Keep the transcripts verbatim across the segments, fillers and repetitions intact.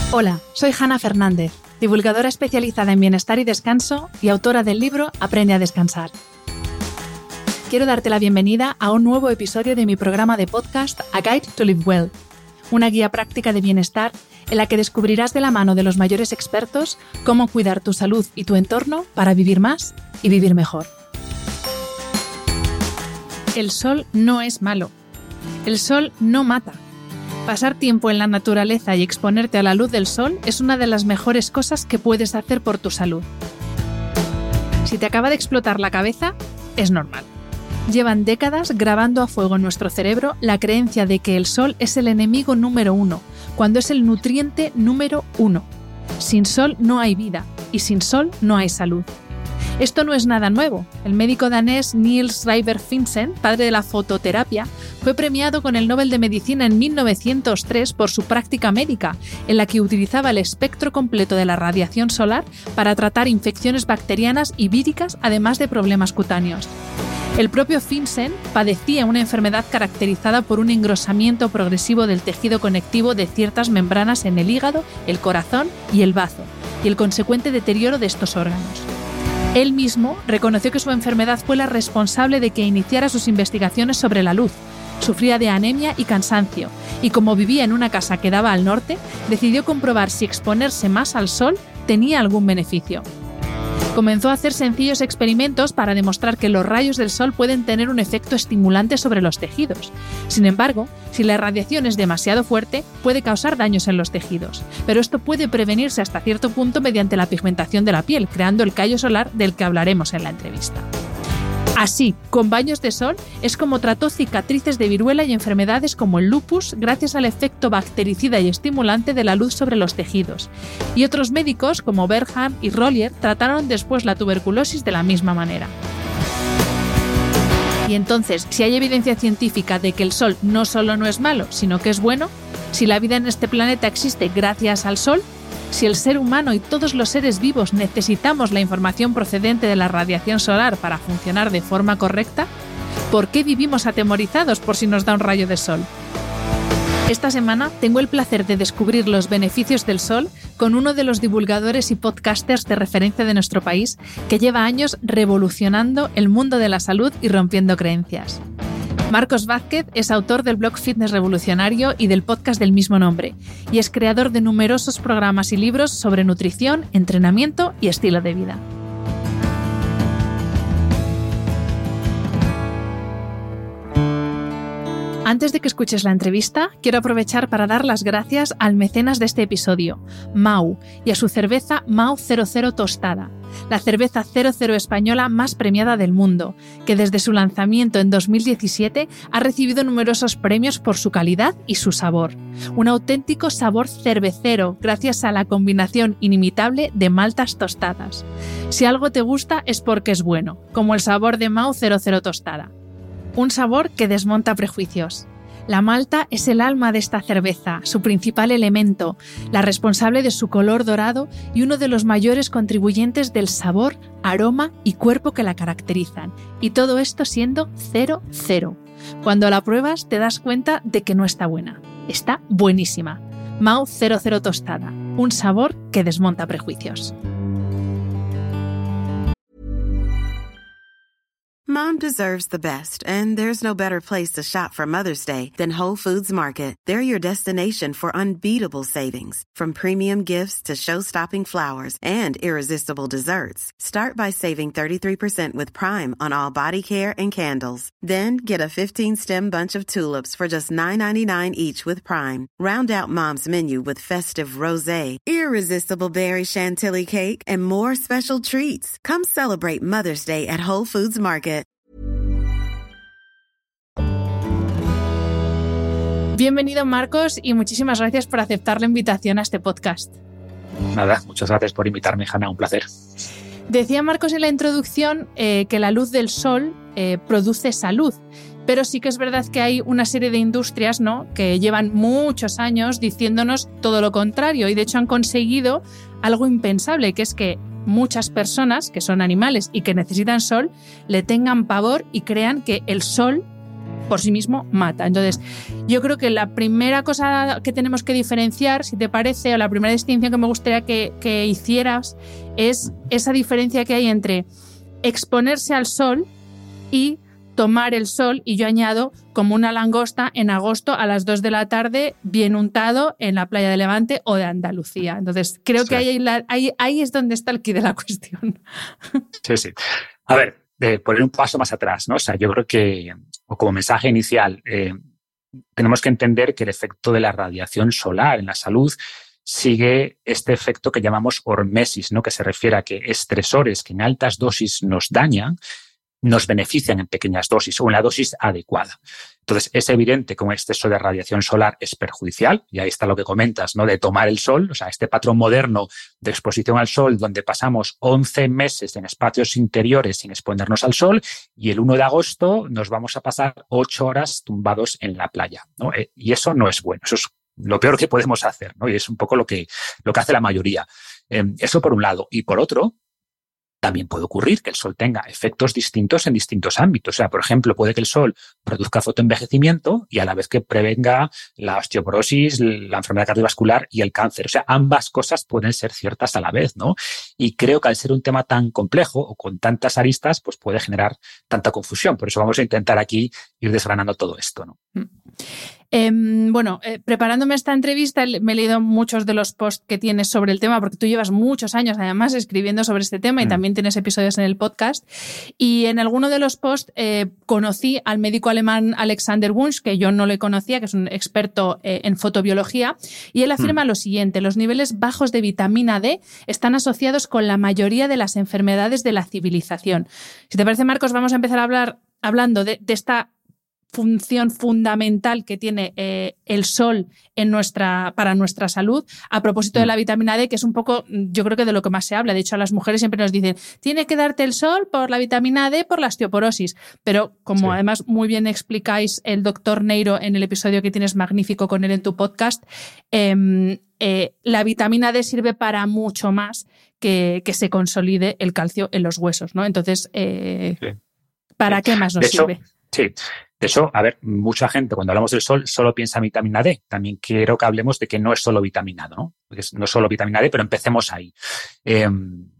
Hola, soy Hanna Fernández, divulgadora especializada en bienestar y descanso y autora del libro Aprende a descansar. Quiero darte la bienvenida a un nuevo episodio de mi programa de podcast A Guide to Live Well, una guía práctica de bienestar en la que descubrirás de la mano de los mayores expertos cómo cuidar tu salud y tu entorno para vivir más y vivir mejor. El sol no es malo. El sol no mata. Pasar tiempo en la naturaleza y exponerte a la luz del sol es una de las mejores cosas que puedes hacer por tu salud. Si te acaba de explotar la cabeza, es normal. Llevan décadas grabando a fuego en nuestro cerebro la creencia de que el sol es el enemigo número uno, cuando es el nutriente número uno. Sin sol no hay vida y sin sol no hay salud. Esto no es nada nuevo. El médico danés Niels Reiber Finsen, padre de la fototerapia, fue premiado con el Nobel de Medicina en mil novecientos tres por su práctica médica, en la que utilizaba el espectro completo de la radiación solar para tratar infecciones bacterianas y víricas, además de problemas cutáneos. El propio Finsen padecía una enfermedad caracterizada por un engrosamiento progresivo del tejido conectivo de ciertas membranas en el hígado, el corazón y el bazo, y el consecuente deterioro de estos órganos. Él mismo reconoció que su enfermedad fue la responsable de que iniciara sus investigaciones sobre la luz. Sufría de anemia y cansancio, y como vivía en una casa que daba al norte, decidió comprobar si exponerse más al sol tenía algún beneficio. Comenzó a hacer sencillos experimentos para demostrar que los rayos del sol pueden tener un efecto estimulante sobre los tejidos. Sin embargo, si la radiación es demasiado fuerte, puede causar daños en los tejidos. Pero esto puede prevenirse hasta cierto punto mediante la pigmentación de la piel, creando el callo solar del que hablaremos en la entrevista. Así, con baños de sol, es como trató cicatrices de viruela y enfermedades como el lupus gracias al efecto bactericida y estimulante de la luz sobre los tejidos. Y otros médicos, como Bernhard y Rollier, trataron después la tuberculosis de la misma manera. Y entonces, si hay evidencia científica de que el sol no solo no es malo, sino que es bueno, si la vida en este planeta existe gracias al sol, si el ser humano y todos los seres vivos necesitamos la información procedente de la radiación solar para funcionar de forma correcta, ¿por qué vivimos atemorizados por si nos da un rayo de sol? Esta semana tengo el placer de descubrir los beneficios del sol con uno de los divulgadores y podcasters de referencia de nuestro país que lleva años revolucionando el mundo de la salud y rompiendo creencias. Marcos Vázquez es autor del blog Fitness Revolucionario y del podcast del mismo nombre, y es creador de numerosos programas y libros sobre nutrición, entrenamiento y estilo de vida. Antes de que escuches la entrevista, quiero aprovechar para dar las gracias al mecenas de este episodio, Mau, y a su cerveza Mau cero cero Tostada, la cerveza cero cero española más premiada del mundo, que desde su lanzamiento en dos mil diecisiete ha recibido numerosos premios por su calidad y su sabor. Un auténtico sabor cervecero gracias a la combinación inimitable de maltas tostadas. Si algo te gusta es porque es bueno, como el sabor de Mau cero cero Tostada. Un sabor que desmonta prejuicios. La malta es el alma de esta cerveza, su principal elemento, la responsable de su color dorado y uno de los mayores contribuyentes del sabor, aroma y cuerpo que la caracterizan. Y todo esto siendo cero cero. Cuando la pruebas te das cuenta de que no está buena. Está buenísima. Mau cero cero Tostada, un sabor que desmonta prejuicios. Mom deserves the best, and there's no better place to shop for Mother's Day than Whole Foods Market. They're your destination for unbeatable savings, from premium gifts to show-stopping flowers and irresistible desserts. Start by saving thirty-three percent with Prime on all body care and candles. Then get a fifteen-stem bunch of tulips for just nine ninety-nine each with Prime. Round out Mom's menu with festive rosé, irresistible berry chantilly cake, and more special treats. Come celebrate Mother's Day at Whole Foods Market. Bienvenido, Marcos, y muchísimas gracias por aceptar la invitación a este podcast. Nada, muchas gracias por invitarme, Hanna, un placer. Decía Marcos en la introducción eh, que la luz del sol eh, produce salud, pero sí que es verdad que hay una serie de industrias, ¿no?, que llevan muchos años diciéndonos todo lo contrario y de hecho han conseguido algo impensable, que es que muchas personas que son animales y que necesitan sol le tengan pavor y crean que el sol por sí mismo mata. Entonces, yo creo que la primera cosa que tenemos que diferenciar, si te parece, o la primera distinción que me gustaría que, que hicieras, es esa diferencia que hay entre exponerse al sol y tomar el sol, y yo añado como una langosta en agosto a las dos de la tarde, bien untado en la playa de Levante o de Andalucía. Entonces, creo sí. que ahí, ahí, ahí es donde está el quid de la cuestión. Sí, sí. A ver, eh, por ir un paso más atrás, ¿no? O sea, yo creo que, o como mensaje inicial, eh, tenemos que entender que el efecto de la radiación solar en la salud sigue este efecto que llamamos hormesis, ¿no? Que se refiere a que estresores que en altas dosis nos dañan, nos benefician en pequeñas dosis o en la dosis adecuada. Entonces, es evidente que un exceso de radiación solar es perjudicial, y ahí está lo que comentas, ¿no? De tomar el sol, o sea, este patrón moderno de exposición al sol, donde pasamos once meses en espacios interiores sin exponernos al sol, y el primero de agosto nos vamos a pasar ocho horas tumbados en la playa, ¿no? Y eso no es bueno, eso es lo peor que podemos hacer, ¿no? Y es un poco lo que, lo que hace la mayoría. Eh, eso por un lado. Y por otro, también puede ocurrir que el sol tenga efectos distintos en distintos ámbitos. O sea, por ejemplo, puede que el sol produzca fotoenvejecimiento y a la vez que prevenga la osteoporosis, la enfermedad cardiovascular y el cáncer. O sea, ambas cosas pueden ser ciertas a la vez, ¿no? Y creo que al ser un tema tan complejo o con tantas aristas, pues puede generar tanta confusión. Por eso vamos a intentar aquí ir desgranando todo esto, ¿no? Eh, bueno, eh, preparándome esta entrevista me he leído muchos de los posts que tienes sobre el tema, porque tú llevas muchos años además escribiendo sobre este tema y mm. también tienes episodios en el podcast, y en alguno de los posts eh, conocí al médico alemán Alexander Wunsch, que yo no le conocía, que es un experto eh, en fotobiología, y él afirma mm. lo siguiente: los niveles bajos de vitamina D están asociados con la mayoría de las enfermedades de la civilización. Si te parece, Marcos, vamos a empezar a hablar hablando de, de esta función fundamental que tiene eh, el sol en nuestra, para nuestra salud, a propósito de la vitamina D, que es un poco, yo creo que de lo que más se habla. De hecho, a las mujeres siempre nos dicen, tiene que darte el sol por la vitamina D, por la osteoporosis. Pero como sí. además muy bien explicáis el doctor Neiro en el episodio que tienes magnífico con él en tu podcast, eh, eh, la vitamina D sirve para mucho más que, que se consolide el calcio en los huesos, ¿no? Entonces, eh, sí. ¿para sí. qué más nos de sirve? Hecho, sí. De hecho, a ver, mucha gente cuando hablamos del sol solo piensa en vitamina D. También quiero que hablemos de que no es solo vitamina D, ¿no? Porque no es solo vitamina D, pero empecemos ahí. Eh,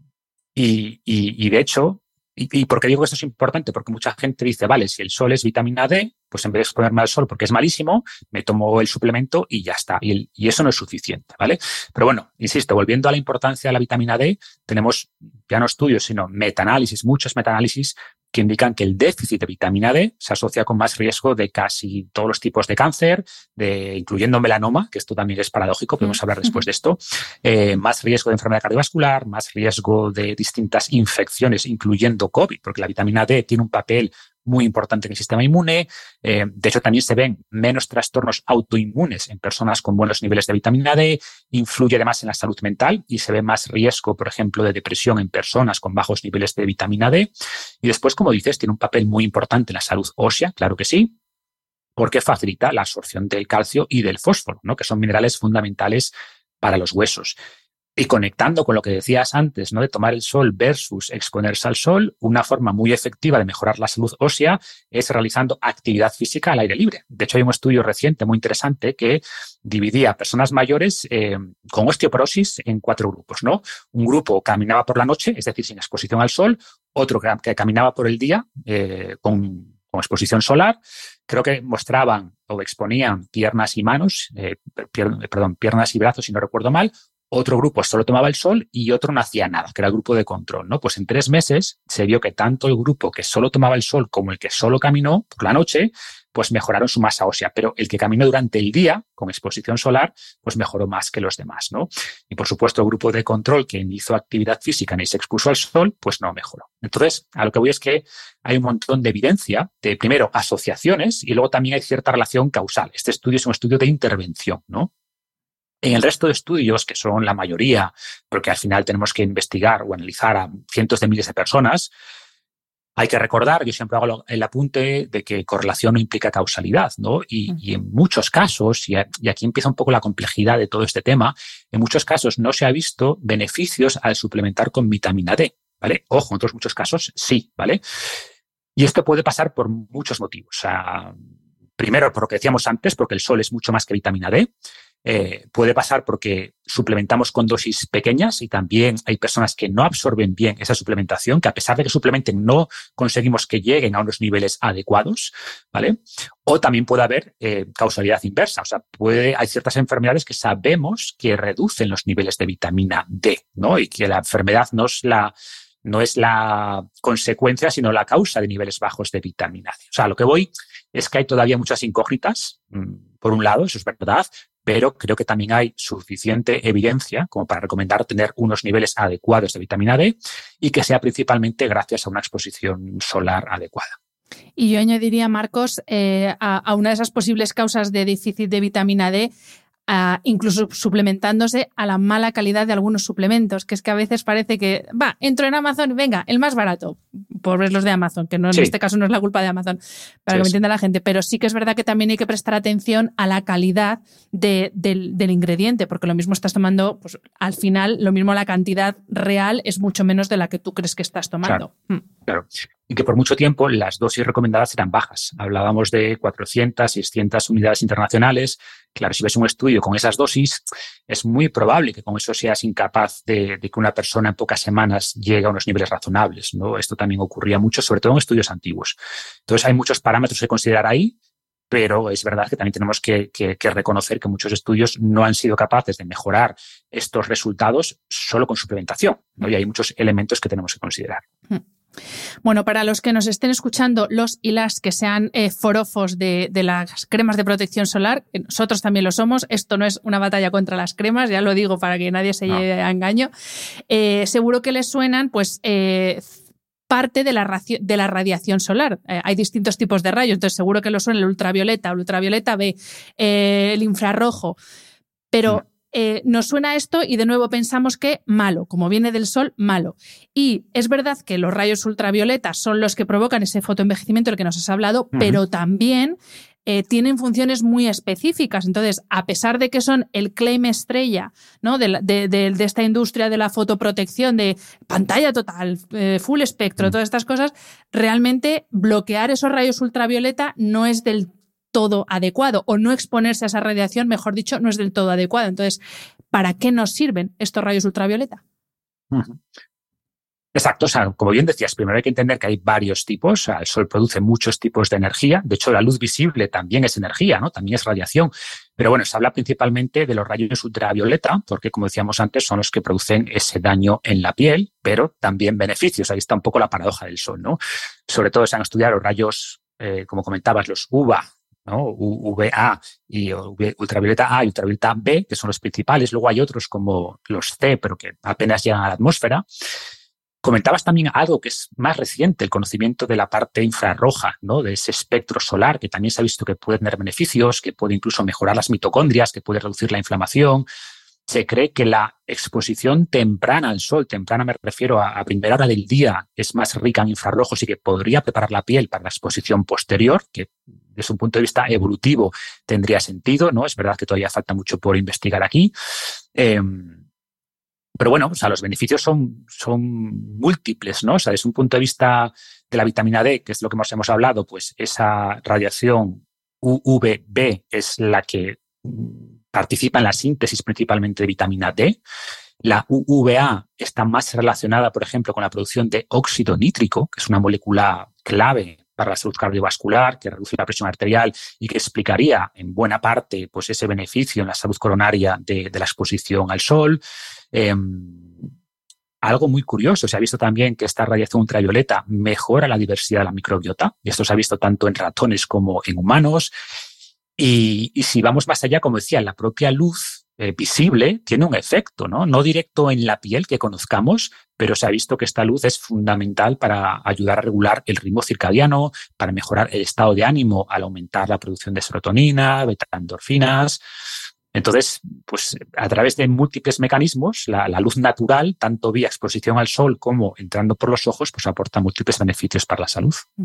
y, y, y de hecho, y, y ¿por qué digo que esto es importante? Porque mucha gente dice, vale, si el sol es vitamina D, pues en vez de exponerme al sol porque es malísimo, me tomo el suplemento y ya está. Y, el, y eso no es suficiente, ¿vale? Pero bueno, insisto, volviendo a la importancia de la vitamina D, tenemos ya no estudios, sino metaanálisis, muchos metaanálisis que indican que el déficit de vitamina D se asocia con más riesgo de casi todos los tipos de cáncer, de, incluyendo melanoma, que esto también es paradójico, podemos hablar después de esto, eh, más riesgo de enfermedad cardiovascular, más riesgo de distintas infecciones, incluyendo COVID, porque la vitamina D tiene un papel muy importante en el sistema inmune. Eh, de hecho, también se ven menos trastornos autoinmunes en personas con buenos niveles de vitamina D, influye además en la salud mental y se ve más riesgo, por ejemplo, de depresión en personas con bajos niveles de vitamina D. Y después, como dices, tiene un papel muy importante en la salud ósea, claro que sí, porque facilita la absorción del calcio y del fósforo, ¿no? Que son minerales fundamentales para los huesos. Y conectando con lo que decías antes, ¿no? De tomar el sol versus exponerse al sol, una forma muy efectiva de mejorar la salud ósea es realizando actividad física al aire libre. De hecho, hay un estudio reciente muy interesante que dividía a personas mayores eh, con osteoporosis en cuatro grupos, ¿no? Un grupo caminaba por la noche, es decir, sin exposición al sol, otro que caminaba por el día eh, con, con exposición solar. Creo que mostraban o exponían piernas y manos, eh, pier, perdón, piernas y brazos, si no recuerdo mal. Otro grupo solo tomaba el sol y otro no hacía nada, que era el grupo de control, ¿no? Pues en tres meses se vio que tanto el grupo que solo tomaba el sol como el que solo caminó por la noche, pues mejoraron su masa ósea. Pero el que caminó durante el día con exposición solar, pues mejoró más que los demás, ¿no? Y por supuesto, el grupo de control que hizo actividad física ni se expuso al sol, pues no mejoró. Entonces, a lo que voy es que hay un montón de evidencia de, primero, asociaciones y luego también hay cierta relación causal. Este estudio es un estudio de intervención, ¿no? En el resto de estudios, que son la mayoría, porque al final tenemos que investigar o analizar a cientos de miles de personas, hay que recordar, yo siempre hago el apunte de que correlación no implica causalidad, ¿no? Y, y en muchos casos, y, a, y aquí empieza un poco la complejidad de todo este tema, en muchos casos no se ha visto beneficios al suplementar con vitamina D, ¿vale? Ojo, en otros muchos casos sí, ¿vale? Y esto puede pasar por muchos motivos. O sea, primero, por lo que decíamos antes, porque el sol es mucho más que vitamina D. Eh, puede pasar porque suplementamos con dosis pequeñas y también hay personas que no absorben bien esa suplementación, que a pesar de que suplementen no conseguimos que lleguen a unos niveles adecuados, ¿vale? O también puede haber eh, causalidad inversa. O sea, puede, hay ciertas enfermedades que sabemos que reducen los niveles de vitamina D, ¿no? Y que la enfermedad no es la, no es la consecuencia, sino la causa de niveles bajos de vitamina D. O sea, lo que voy es que hay todavía muchas incógnitas, por un lado, eso es verdad, pero creo que también hay suficiente evidencia como para recomendar tener unos niveles adecuados de vitamina D y que sea principalmente gracias a una exposición solar adecuada. Y yo añadiría, Marcos, eh, a, a una de esas posibles causas de déficit de vitamina D, Uh, incluso suplementándose a la mala calidad de algunos suplementos, que es que a veces parece que, va, entro en Amazon y venga, el más barato, por ver los de Amazon, que no, sí. En este caso no es la culpa de Amazon, para sí, que me entienda la gente, pero sí que es verdad que también hay que prestar atención a la calidad de, del, del ingrediente, porque lo mismo estás tomando, pues al final, lo mismo la cantidad real es mucho menos de la que tú crees que estás tomando. Claro, mm. claro. Y que por mucho tiempo las dosis recomendadas eran bajas. Hablábamos de cuatrocientas, seiscientas unidades internacionales. Claro, si ves un estudio con esas dosis, es muy probable que con eso seas incapaz de, de que una persona en pocas semanas llegue a unos niveles razonables, ¿no? Esto también ocurría mucho, sobre todo en estudios antiguos. Entonces, hay muchos parámetros que considerar ahí, pero es verdad que también tenemos que, que, que reconocer que muchos estudios no han sido capaces de mejorar estos resultados solo con suplementación, ¿no? Y hay muchos elementos que tenemos que considerar. Bueno, para los que nos estén escuchando, los y las que sean eh, forofos de, de las cremas de protección solar, nosotros también lo somos, esto no es una batalla contra las cremas, ya lo digo para que nadie se no. lleve a engaño, eh, seguro que les suenan pues eh, parte de la, raci- de la radiación solar. Eh, hay distintos tipos de rayos, entonces seguro que lo suena el ultravioleta, el ultravioleta B, eh, el infrarrojo, pero... No. Eh, nos suena esto y de nuevo pensamos que malo, como viene del sol, malo. Y es verdad que los rayos ultravioletas son los que provocan ese fotoenvejecimiento del que nos has hablado, uh-huh. pero también eh, tienen funciones muy específicas. Entonces, a pesar de que son el claim estrella, ¿no? de, de, de, de esta industria de la fotoprotección, de pantalla total, eh, full espectro, uh-huh. todas estas cosas, realmente bloquear esos rayos ultravioleta no es del todo adecuado, o no exponerse a esa radiación, mejor dicho, no es del todo adecuado. Entonces, ¿para qué nos sirven estos rayos ultravioleta? Uh-huh. Exacto, o sea, como bien decías, primero hay que entender que hay varios tipos, o sea, el sol produce muchos tipos de energía, de hecho la luz visible también es energía, ¿no? También es radiación, pero bueno, se habla principalmente de los rayos ultravioleta, porque como decíamos antes, son los que producen ese daño en la piel, pero también beneficios, ahí está un poco la paradoja del sol, ¿no? Sobre todo se han estudiado los rayos, eh, como comentabas, los U V A, ¿no? U V A y ultravioleta A y ultravioleta B, que son los principales. Luego hay otros como los C, pero que apenas llegan a la atmósfera. Comentabas también algo que es más reciente, el conocimiento de la parte infrarroja, ¿no? De ese espectro solar, que también se ha visto que puede tener beneficios, que puede incluso mejorar las mitocondrias, que puede reducir la inflamación. Se cree que la exposición temprana al sol, temprana me refiero a, a primera hora del día, es más rica en infrarrojos y que podría preparar la piel para la exposición posterior, que desde un punto de vista evolutivo tendría sentido, ¿no? Es verdad que todavía falta mucho por investigar aquí. Eh, pero bueno, o sea, los beneficios son, son múltiples, ¿no? O sea, desde un punto de vista de la vitamina D, que es lo que más hemos hablado, pues esa radiación U V B es la que participa en la síntesis principalmente de vitamina D. La U V A está más relacionada, por ejemplo, con la producción de óxido nítrico, que es una molécula clave para la salud cardiovascular, que reduce la presión arterial y que explicaría en buena parte pues, ese beneficio en la salud coronaria de, de la exposición al sol. Eh, algo muy curioso, se ha visto también que esta radiación ultravioleta mejora la diversidad de la microbiota, y esto se ha visto tanto en ratones como en humanos. Y, y si vamos más allá, como decía, la propia luz eh, visible tiene un efecto, ¿no? No directo en la piel que conozcamos, pero se ha visto que esta luz es fundamental para ayudar a regular el ritmo circadiano, para mejorar el estado de ánimo al aumentar la producción de serotonina, beta-endorfinas. Entonces, pues a través de múltiples mecanismos, la, la luz natural, tanto vía exposición al sol como entrando por los ojos, pues aporta múltiples beneficios para la salud. Uh-huh.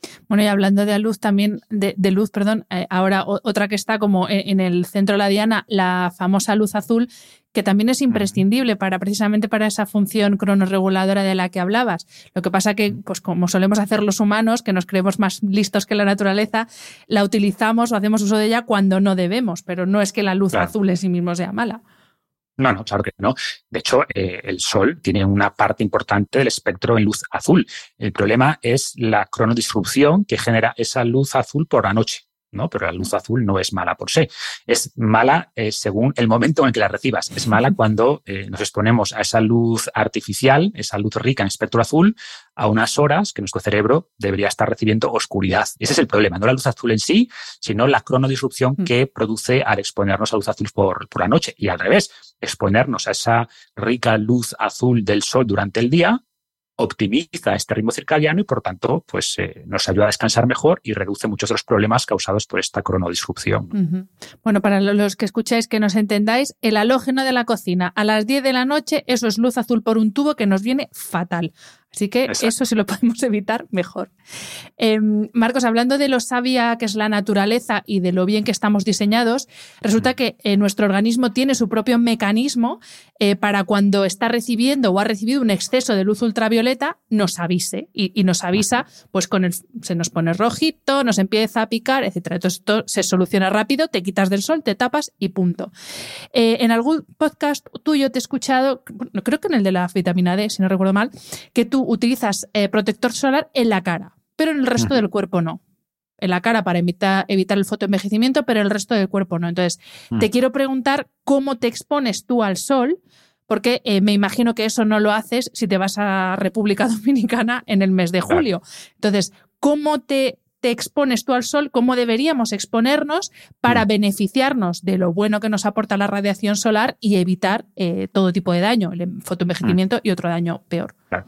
Bueno, y hablando de luz también, de, de luz, perdón, eh, ahora o, otra que está como en, en el centro de la diana, la famosa luz azul, que también es imprescindible para precisamente para esa función cronorreguladora de la que hablabas. Lo que pasa que, pues como solemos hacer los humanos, que nos creemos más listos que la naturaleza, la utilizamos o hacemos uso de ella cuando no debemos, pero no es que la luz claro. azul en sí mismo sea mala. No, no, claro que no. De hecho, eh, el Sol tiene una parte importante del espectro en luz azul. El problema es la cronodisrupción que genera esa luz azul por la noche, ¿no? Pero la luz azul no es mala por sí. Es mala eh, según el momento en el que la recibas. Es mala cuando eh, nos exponemos a esa luz artificial, esa luz rica en espectro azul, a unas horas que nuestro cerebro debería estar recibiendo oscuridad. Ese es el problema, no la luz azul en sí, sino la cronodisrupción mm. que produce al exponernos a luz azul por, por la noche. Y al revés, exponernos a esa rica luz azul del sol durante el día optimiza este ritmo circadiano y, por tanto, pues eh, nos ayuda a descansar mejor y reduce muchos de los problemas causados por esta cronodisrupción. Uh-huh. Bueno, para los que escucháis, que nos entendáis, el halógeno de la cocina a las diez de la noche, eso es luz azul por un tubo que nos viene fatal. Así que Exacto. Eso si lo podemos evitar, mejor. Eh, Marcos, hablando de lo sabia que es la naturaleza y de lo bien que estamos diseñados, resulta que eh, nuestro organismo tiene su propio mecanismo eh, para cuando está recibiendo o ha recibido un exceso de luz ultravioleta, nos avise. Y, y nos avisa, pues con el, se nos pone rojito, nos empieza a picar, etcétera. Entonces esto se soluciona rápido, te quitas del sol, te tapas y punto. Eh, en algún podcast tuyo te he escuchado, creo que en el de la vitamina D, si no recuerdo mal, que tú utilizas eh, protector solar en la cara, pero en el resto uh-huh. del cuerpo no. En la cara para evitar, evitar el fotoenvejecimiento, pero en el resto del cuerpo no. Entonces, uh-huh. te quiero preguntar cómo te expones tú al sol, porque eh, me imagino que eso no lo haces si te vas a República Dominicana en el mes de julio. Claro. Entonces, ¿cómo te, te expones tú al sol? ¿Cómo deberíamos exponernos para uh-huh. beneficiarnos de lo bueno que nos aporta la radiación solar y evitar eh, todo tipo de daño, el fotoenvejecimiento uh-huh. y otro daño peor? Claro.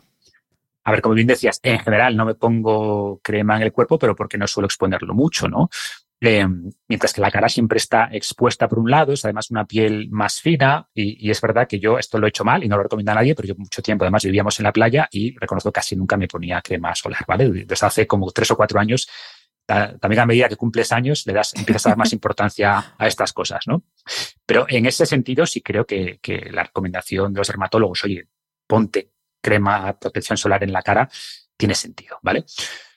A ver, como bien decías, en general no me pongo crema en el cuerpo, pero porque no suelo exponerlo mucho, ¿no? Eh, mientras que la cara siempre está expuesta por un lado, es además una piel más fina y, y es verdad que yo esto lo he hecho mal y no lo recomiendo a nadie, pero yo mucho tiempo además vivíamos en la playa y reconozco que casi nunca me ponía crema solar, ¿vale? Desde hace como tres o cuatro años, también a medida que cumples años le das, empiezas a dar más importancia a estas cosas, ¿no? Pero en ese sentido sí creo que, que la recomendación de los dermatólogos, oye, ponte crema, protección solar en la cara, tiene sentido, ¿vale?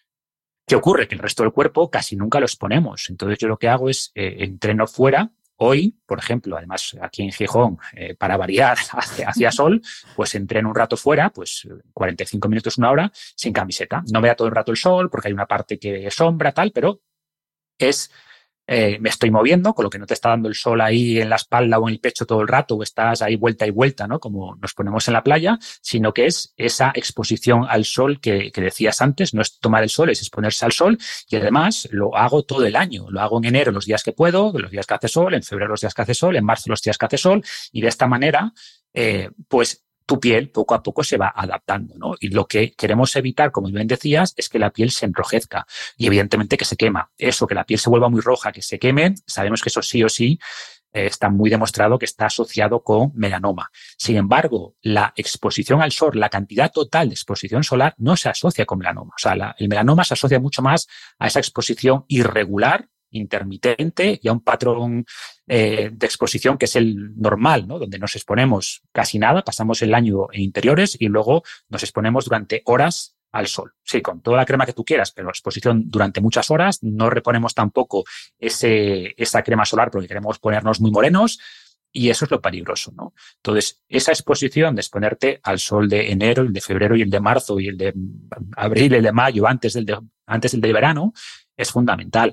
¿Qué ocurre? Que el resto del cuerpo casi nunca lo exponemos. Entonces yo lo que hago es eh, entreno fuera. Hoy, por ejemplo, además aquí en Gijón, eh, para variar hacia, hacia sol, pues entreno un rato fuera, pues cuarenta y cinco minutos, una hora, sin camiseta. No me da todo el rato el sol porque hay una parte que es sombra, tal, pero es... Eh, me estoy moviendo, con lo que no te está dando el sol ahí en la espalda o en el pecho todo el rato, o estás ahí vuelta y vuelta, ¿no? Como nos ponemos en la playa, sino que es esa exposición al sol que, que decías antes, no es tomar el sol, es exponerse al sol, y además lo hago todo el año. Lo hago en enero los días que puedo, los días que hace sol, en febrero los días que hace sol, en marzo los días que hace sol, y de esta manera, eh, pues tu piel poco a poco se va adaptando, ¿no? Y lo que queremos evitar, como bien decías, es que la piel se enrojezca y evidentemente que se quema. Eso, que la piel se vuelva muy roja, que se queme, sabemos que eso sí o sí eh, está muy demostrado que está asociado con melanoma. Sin embargo, la exposición al sol, la cantidad total de exposición solar no se asocia con melanoma. O sea, la, el melanoma se asocia mucho más a esa exposición irregular, intermitente y a un patrón eh, de exposición que es el normal, ¿no? Donde nos exponemos casi nada, pasamos el año en interiores y luego nos exponemos durante horas al sol. Sí, con toda la crema que tú quieras, pero exposición durante muchas horas, no reponemos tampoco ese, esa crema solar porque queremos ponernos muy morenos y eso es lo peligroso, ¿no? Entonces, esa exposición de exponerte al sol de enero, el de febrero y el de marzo y el de abril, el de mayo, antes del de, antes del de verano, es fundamental.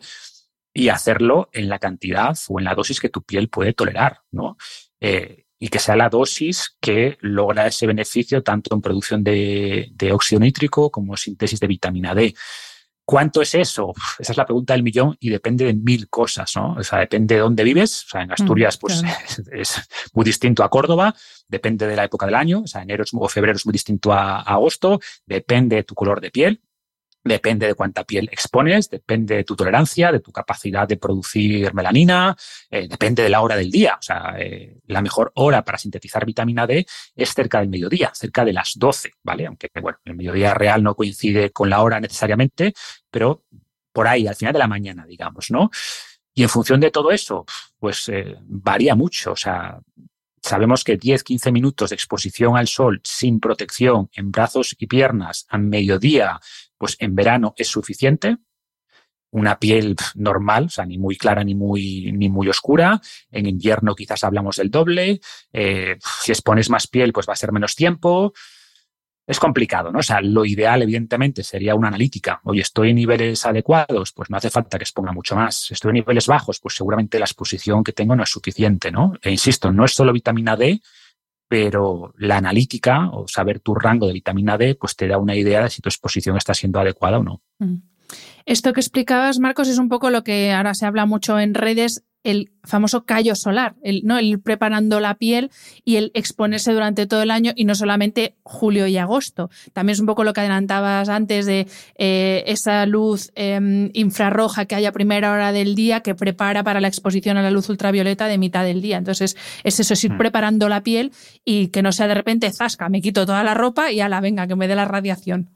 Y hacerlo en la cantidad o en la dosis que tu piel puede tolerar, ¿no? Eh, y que sea la dosis que logra ese beneficio tanto en producción de, de óxido nítrico como síntesis de vitamina D. ¿Cuánto es eso? Uf, esa es la pregunta del millón y depende de mil cosas, ¿no? O sea, depende de dónde vives. O sea, en Asturias, pues claro. es, es muy distinto a Córdoba. Depende de la época del año. O sea, enero o febrero es muy distinto a, a agosto. Depende de tu color de piel. Depende de cuánta piel expones, depende de tu tolerancia, de tu capacidad de producir melanina, eh, depende de la hora del día. O sea, eh, la mejor hora para sintetizar vitamina D es cerca del mediodía, cerca de las doce, ¿vale? Aunque, bueno, el mediodía real no coincide con la hora necesariamente, pero por ahí, al final de la mañana, digamos, ¿no? Y en función de todo eso, pues eh, varía mucho. O sea, sabemos que diez a quince minutos de exposición al sol sin protección en brazos y piernas a mediodía, pues en verano es suficiente. Una piel normal, o sea, ni muy clara ni muy, ni muy oscura. En invierno quizás hablamos del doble. Eh, si expones más piel, pues va a ser menos tiempo. Es complicado, ¿no? O sea, lo ideal, evidentemente, sería una analítica. Oye, ¿estoy en niveles adecuados? Pues no hace falta que exponga mucho más. ¿Estoy en niveles bajos? Pues seguramente la exposición que tengo no es suficiente, ¿no? E insisto, no es solo vitamina D, pero la analítica o saber tu rango de vitamina D, pues te da una idea de si tu exposición está siendo adecuada o no. Esto que explicabas, Marcos, es un poco lo que ahora se habla mucho en redes, el famoso callo solar, el, ¿no? el ir preparando la piel y el exponerse durante todo el año y no solamente julio y agosto. También es un poco lo que adelantabas antes de eh, esa luz eh, infrarroja que hay a primera hora del día que prepara para la exposición a la luz ultravioleta de mitad del día. Entonces es eso, es ir preparando la piel y que no sea de repente zasca, me quito toda la ropa y ala, venga, que me dé la radiación.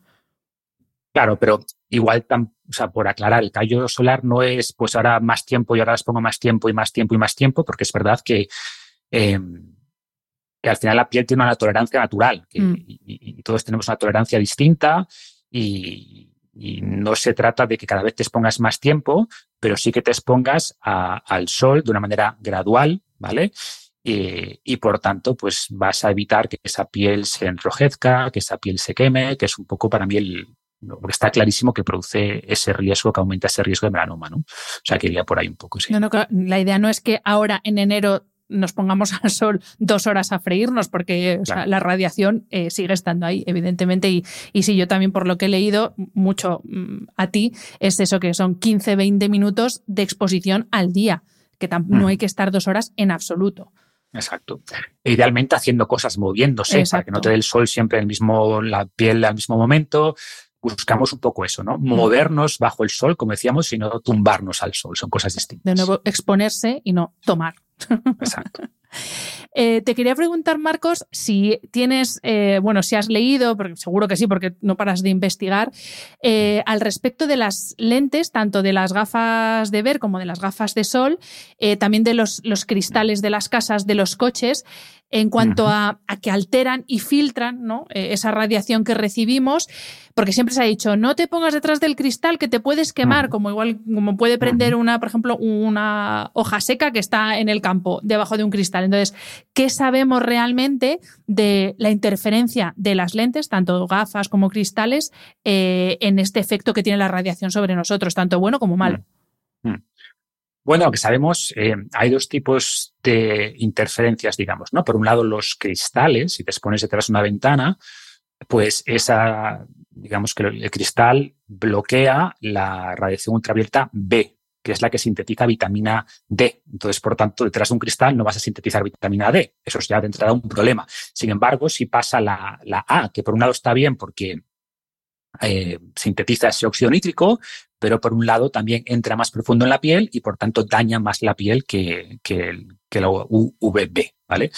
Claro, pero igual, tan, o sea, por aclarar, el callo solar no es pues ahora más tiempo y ahora les pongo más tiempo y más tiempo y más tiempo, porque es verdad que, eh, que al final la piel tiene una tolerancia natural que, mm. y, y todos tenemos una tolerancia distinta y, y no se trata de que cada vez te expongas más tiempo, pero sí que te expongas a, al sol de una manera gradual, ¿vale? Y, y por tanto, pues vas a evitar que esa piel se enrojezca, que esa piel se queme, que es un poco para mí el... porque está clarísimo que produce ese riesgo, que aumenta ese riesgo de melanoma, ¿no? O sea, que iría por ahí un poco, sí. No, no, la idea no es que ahora en enero nos pongamos al sol dos horas a freírnos, porque o sea, claro. la radiación eh, sigue estando ahí, evidentemente. Y, y sí, yo también, por lo que he leído mucho mmm, a ti, es eso, que son quince a veinte minutos de exposición al día, que tam- mm. no hay que estar dos horas en absoluto. Exacto. E idealmente haciendo cosas, moviéndose, Exacto. para que no te dé el sol siempre el mismo, la piel al mismo momento. Buscamos un poco eso, ¿no? Movernos bajo el sol, como decíamos, y no tumbarnos al sol. Son cosas distintas. De nuevo, exponerse y no tomar. Exacto. Eh, te quería preguntar, Marcos, si tienes, eh, bueno, si has leído, porque seguro que sí, porque no paras de investigar, eh, al respecto de las lentes, tanto de las gafas de ver como de las gafas de sol, eh, también de los, los cristales de las casas, de los coches, en cuanto uh-huh. a, a que alteran y filtran, ¿no? eh, esa radiación que recibimos, porque siempre se ha dicho, no te pongas detrás del cristal que te puedes quemar, uh-huh. como igual como puede prender uh-huh. una, por ejemplo, una hoja seca que está en el campo, debajo de un cristal. Entonces, ¿qué sabemos realmente de la interferencia de las lentes, tanto gafas como cristales, eh, en este efecto que tiene la radiación sobre nosotros, tanto bueno como malo? Uh-huh. Bueno, lo que sabemos, eh, hay dos tipos de interferencias, digamos, ¿no? Por un lado, los cristales, si te expones detrás de una ventana, pues esa, digamos que el cristal bloquea la radiación ultravioleta B, que es la que sintetiza vitamina D. Entonces, por tanto, detrás de un cristal no vas a sintetizar vitamina D. Eso es ya de entrada un problema. Sin embargo, si pasa la, la A, que por un lado está bien porque eh, sintetiza ese óxido nítrico, pero por un lado también entra más profundo en la piel y por tanto daña más la piel que, que, el, que la U V B, ¿vale?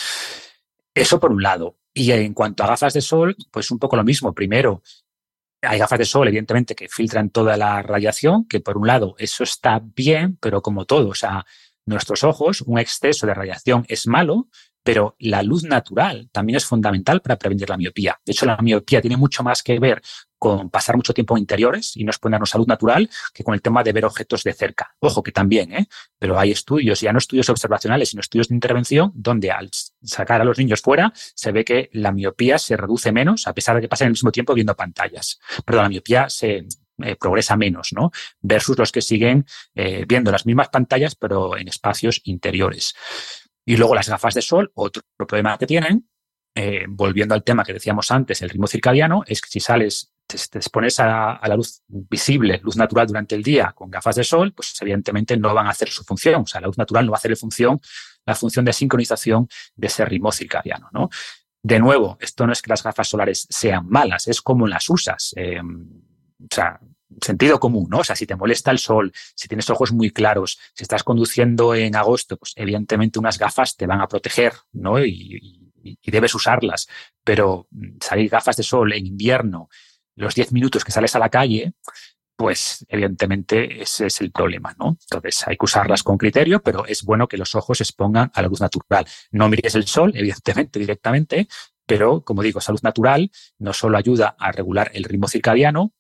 Eso por un lado. Y en cuanto a gafas de sol, pues un poco lo mismo. Primero, hay gafas de sol, evidentemente, que filtran toda la radiación, que por un lado eso está bien, pero como todo, o sea, nuestros ojos, un exceso de radiación es malo, pero la luz natural también es fundamental para prevenir la miopía. De hecho, la miopía tiene mucho más que ver con pasar mucho tiempo en interiores y no exponernos a luz natural que con el tema de ver objetos de cerca. Ojo, que también, ¿eh? Pero hay estudios, ya no estudios observacionales, sino estudios de intervención, donde al sacar a los niños fuera se ve que la miopía se reduce menos, a pesar de que pasan el mismo tiempo viendo pantallas. Perdón, la miopía se eh, progresa menos, ¿no? Versus los que siguen eh, viendo las mismas pantallas, pero en espacios interiores. Y luego las gafas de sol, otro problema que tienen, eh, volviendo al tema que decíamos antes, el ritmo circadiano, es que si sales, te, te expones a, a la luz visible, luz natural durante el día con gafas de sol, pues evidentemente no van a hacer su función. O sea, la luz natural no va a hacer función, la función de sincronización de ese ritmo circadiano, ¿no? De nuevo, esto no es que las gafas solares sean malas, es como las usas. Eh, o sea, sentido común, ¿no? O sea, si te molesta el sol, si tienes ojos muy claros, si estás conduciendo en agosto, pues evidentemente unas gafas te van a proteger, ¿no? Y, y, y debes usarlas. Pero salir gafas de sol en invierno, los diez minutos que sales a la calle, pues evidentemente ese es el problema, ¿no? Entonces hay que usarlas con criterio, pero es bueno que los ojos se expongan a la luz natural. No mires el sol, evidentemente, directamente, pero, como digo, esa luz natural no solo ayuda a regular el ritmo circadiano,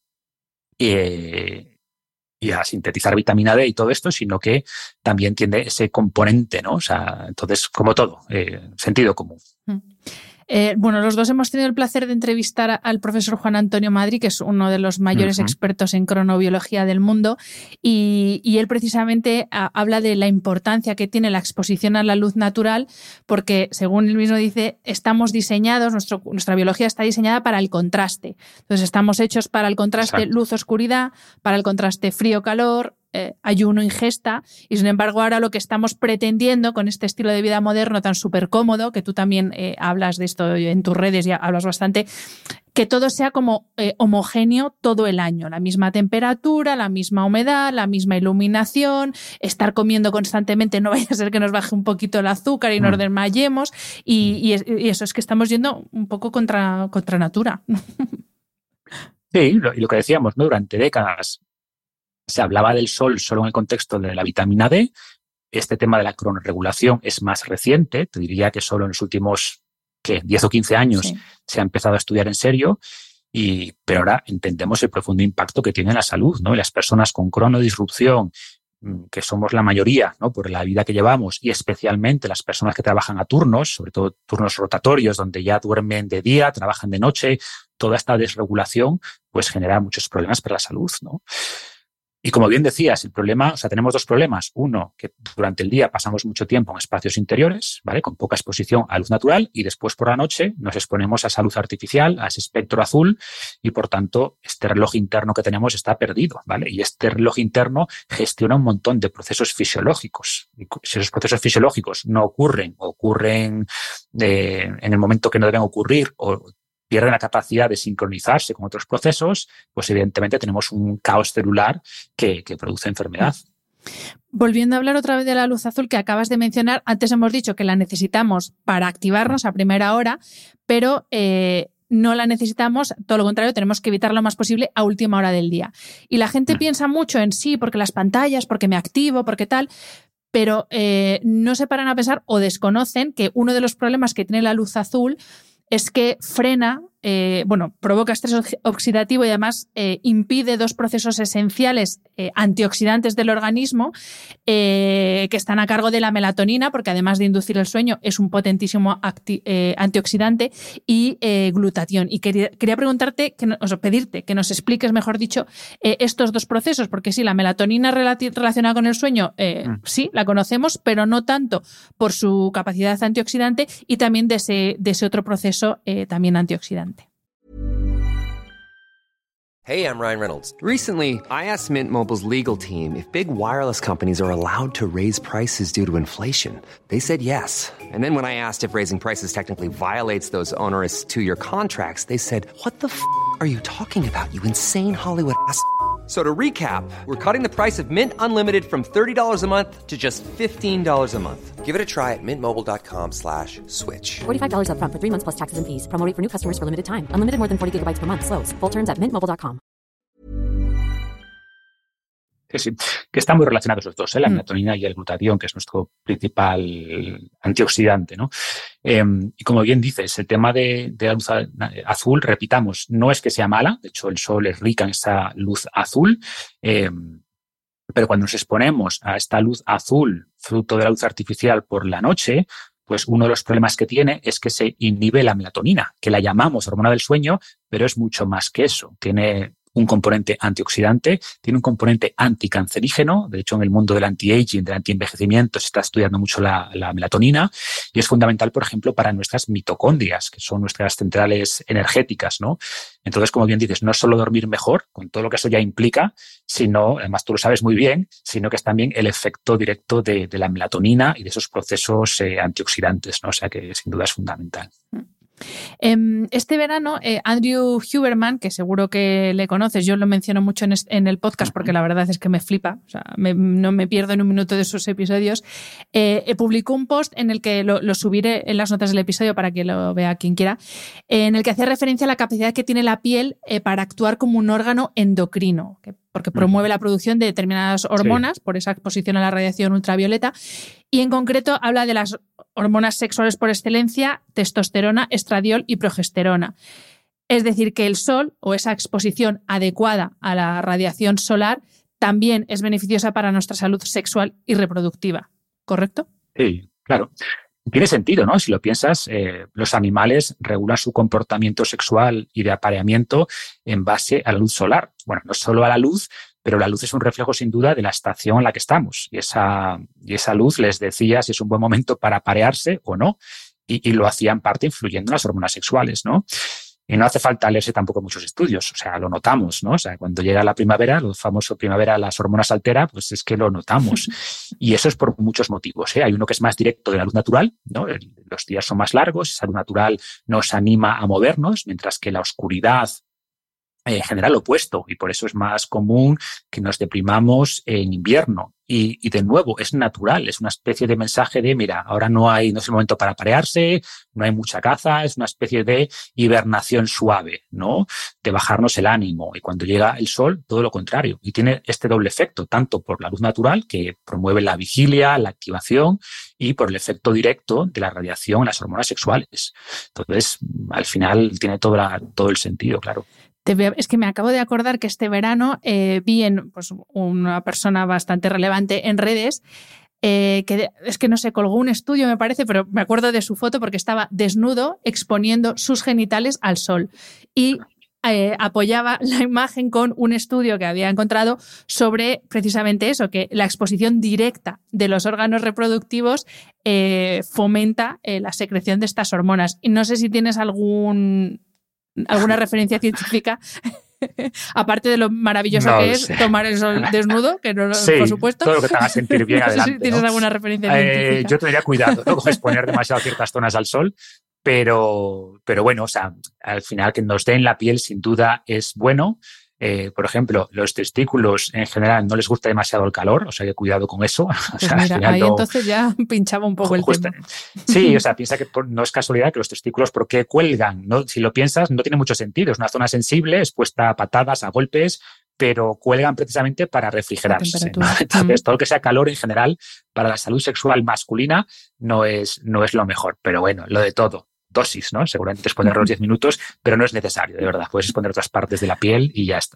Eh, y a sintetizar vitamina D y todo esto, sino que también tiene ese componente, ¿no? O sea, entonces, como todo, eh, sentido común. Eh, bueno, los dos hemos tenido el placer de entrevistar al profesor Juan Antonio Madri, que es uno de los mayores uh-huh. expertos en cronobiología del mundo, y, y él precisamente a, habla de la importancia que tiene la exposición a la luz natural, porque, según él mismo dice, estamos diseñados, nuestro, nuestra biología está diseñada para el contraste. Entonces, estamos hechos para el contraste luz-oscuridad, para el contraste frío-calor, Eh, ayuno, ingesta, y sin embargo ahora lo que estamos pretendiendo con este estilo de vida moderno tan súper cómodo, que tú también eh, hablas de esto en tus redes, ya hablas bastante, que todo sea como eh, homogéneo todo el año, la misma temperatura, la misma humedad, la misma iluminación, estar comiendo constantemente, no vaya a ser que nos baje un poquito el azúcar y nos desmayemos, y, y, y eso es que estamos yendo un poco contra, contra natura. Sí, lo, y lo que decíamos, ¿no? Durante décadas se hablaba del sol solo en el contexto de la vitamina D. Este tema de la cronoregulación es más reciente. Te diría que solo en los últimos ¿qué? diez o quince años sí. se ha empezado a estudiar en serio. Y, pero ahora entendemos el profundo impacto que tiene en la salud, ¿no? Y las personas con cronodisrupción, que somos la mayoría, ¿no? Por la vida que llevamos, y especialmente las personas que trabajan a turnos, sobre todo turnos rotatorios, donde ya duermen de día, trabajan de noche, toda esta desregulación pues genera muchos problemas para la salud, ¿no? Y como bien decías, el problema, o sea, tenemos dos problemas. Uno, que durante el día pasamos mucho tiempo en espacios interiores, ¿vale? Con poca exposición a luz natural, y después por la noche nos exponemos a esa luz artificial, a ese espectro azul, y por tanto este reloj interno que tenemos está perdido, ¿vale? Y este reloj interno gestiona un montón de procesos fisiológicos. Y si esos procesos fisiológicos no ocurren, o ocurren eh, en el momento que no deben ocurrir, o pierden la capacidad de sincronizarse con otros procesos, pues evidentemente tenemos un caos celular que, que produce enfermedad. Volviendo a hablar otra vez de la luz azul que acabas de mencionar, antes hemos dicho que la necesitamos para activarnos a primera hora, pero eh, no la necesitamos, todo lo contrario, tenemos que evitar lo más posible a última hora del día. Y la gente mm. piensa mucho en sí, porque las pantallas, porque me activo, porque tal, pero eh, no se paran a pensar o desconocen que uno de los problemas que tiene la luz azul es que frena, eh, bueno, provoca estrés oxidativo y además eh, impide dos procesos esenciales eh, antioxidantes del organismo eh, que están a cargo de la melatonina, porque además de inducir el sueño es un potentísimo acti- eh, antioxidante, y eh, glutatión. Y quería, quería preguntarte, que no, o sea, pedirte que nos expliques, mejor dicho, eh, estos dos procesos, porque sí, la melatonina relati- relacionada con el sueño, eh, mm. sí, la conocemos, pero no tanto por su capacidad antioxidante, y también de ese, de ese otro proceso eh, también antioxidante. Hey, I'm Ryan Reynolds. Recently, I asked Mint Mobile's legal team if big wireless companies are allowed to raise prices due to inflation. They said yes. And then when I asked if raising prices technically violates those onerous two-year contracts, they said, what the f*** are you talking about, you insane Hollywood ass f- So to recap, we're cutting the price of Mint Unlimited from thirty dollars a month to just fifteen dollars a month. Give it a try at mintmobile.com slash switch. forty-five dollars up front for three months plus taxes and fees. Promo rate for new customers for limited time. Unlimited more than forty gigabytes per month. Slows full terms at mint mobile dot com. Sí, sí, que están muy relacionados los dos, ¿eh? La mm. melatonina y el glutatión, que es nuestro principal antioxidante, ¿no? Eh, y como bien dices, el tema de, de la luz azul, repitamos, no es que sea mala, de hecho el sol es rica en esa luz azul, eh, pero cuando nos exponemos a esta luz azul, fruto de la luz artificial por la noche, pues uno de los problemas que tiene es que se inhibe la melatonina, que la llamamos hormona del sueño, pero es mucho más que eso. Tiene un componente antioxidante, tiene un componente anticancerígeno. De hecho, en el mundo del anti-aging, del antienvejecimiento, se está estudiando mucho la, la melatonina, y es fundamental, por ejemplo, para nuestras mitocondrias, que son nuestras centrales energéticas, ¿no? Entonces, como bien dices, no es solo dormir mejor, con todo lo que eso ya implica, sino, además tú lo sabes muy bien, sino que es también el efecto directo de, de la melatonina y de esos procesos eh, antioxidantes, ¿no? O sea que sin duda es fundamental. Este verano, eh, Andrew Huberman, que seguro que le conoces, yo lo menciono mucho en, en el podcast porque la verdad es que me flipa, o sea, me, no me pierdo en un minuto de sus episodios, eh, publicó un post en el que lo, lo subiré en las notas del episodio para que lo vea quien quiera, eh, en el que hacía referencia a la capacidad que tiene la piel eh, para actuar como un órgano endocrino, que, porque promueve la producción de determinadas hormonas sí. por esa exposición a la radiación ultravioleta, y en concreto habla de las hormonas sexuales por excelencia, testosterona, estradiol y progesterona. Es decir, que el sol o esa exposición adecuada a la radiación solar también es beneficiosa para nuestra salud sexual y reproductiva, ¿correcto? Sí, claro. Tiene sentido, ¿no? Si lo piensas, eh, los animales regulan su comportamiento sexual y de apareamiento en base a la luz solar. Bueno, no solo a la luz, pero la luz es un reflejo sin duda de la estación en la que estamos. Y esa, y esa luz les decía si es un buen momento para aparearse o no. Y, y lo hacía en parte influyendo en las hormonas sexuales, ¿no? Y no hace falta leerse tampoco muchos estudios, o sea, lo notamos, ¿no? O sea, cuando llega la primavera, lo famoso primavera, las hormonas altera, pues es que lo notamos. Y eso es por muchos motivos, ¿eh? Hay uno que es más directo de la luz natural, ¿no? Los días son más largos, esa luz natural nos anima a movernos, mientras que la oscuridad eh, genera lo opuesto, y por eso es más común que nos deprimamos en invierno. Y, y de nuevo, es natural, es una especie de mensaje de, mira, ahora no hay, no es el momento para aparearse, no hay mucha caza, es una especie de hibernación suave, ¿no? De bajarnos el ánimo. Y cuando llega el sol, todo lo contrario. Y tiene este doble efecto, tanto por la luz natural, que promueve la vigilia, la activación, y por el efecto directo de la radiación en las hormonas sexuales. Entonces, al final, tiene todo, la, todo el sentido, claro. Es que me acabo de acordar que este verano eh, vi en pues, una persona bastante relevante en redes eh, que de, es que no sé, colgó un estudio me parece, pero me acuerdo de su foto porque estaba desnudo exponiendo sus genitales al sol y eh, apoyaba la imagen con un estudio que había encontrado sobre precisamente eso, que la exposición directa de los órganos reproductivos eh, fomenta eh, la secreción de estas hormonas. Y no sé si tienes algún... alguna referencia científica, aparte de lo maravilloso no que es sé. tomar el sol desnudo, que no, sí, por supuesto. Todo lo que te haga sentir bien adelante. No sé si tienes ¿no? alguna referencia eh, científica. Yo tendría cuidado, ¿no? Con exponer demasiado ciertas zonas al sol, pero, pero bueno, o sea, al final que nos den la piel sin duda es bueno. Eh, por ejemplo, los testículos en general no les gusta demasiado el calor, o sea que cuidado con eso. O pues sea, mira, al final ahí no... entonces ya pinchaba un poco el Justo. tema. Sí, o sea, piensa que no es casualidad que los testículos, ¿por qué cuelgan? ¿No? Si lo piensas, no tiene mucho sentido. Es una zona sensible, expuesta a patadas, a golpes, pero cuelgan precisamente para refrigerarse, ¿no? Entonces, mm. todo lo que sea calor en general para la salud sexual masculina no es, no es lo mejor. Pero bueno, lo de todo. Dosis, ¿no? Seguramente exponer los diez minutos, pero no es necesario, de verdad. Puedes exponer otras partes de la piel y ya está.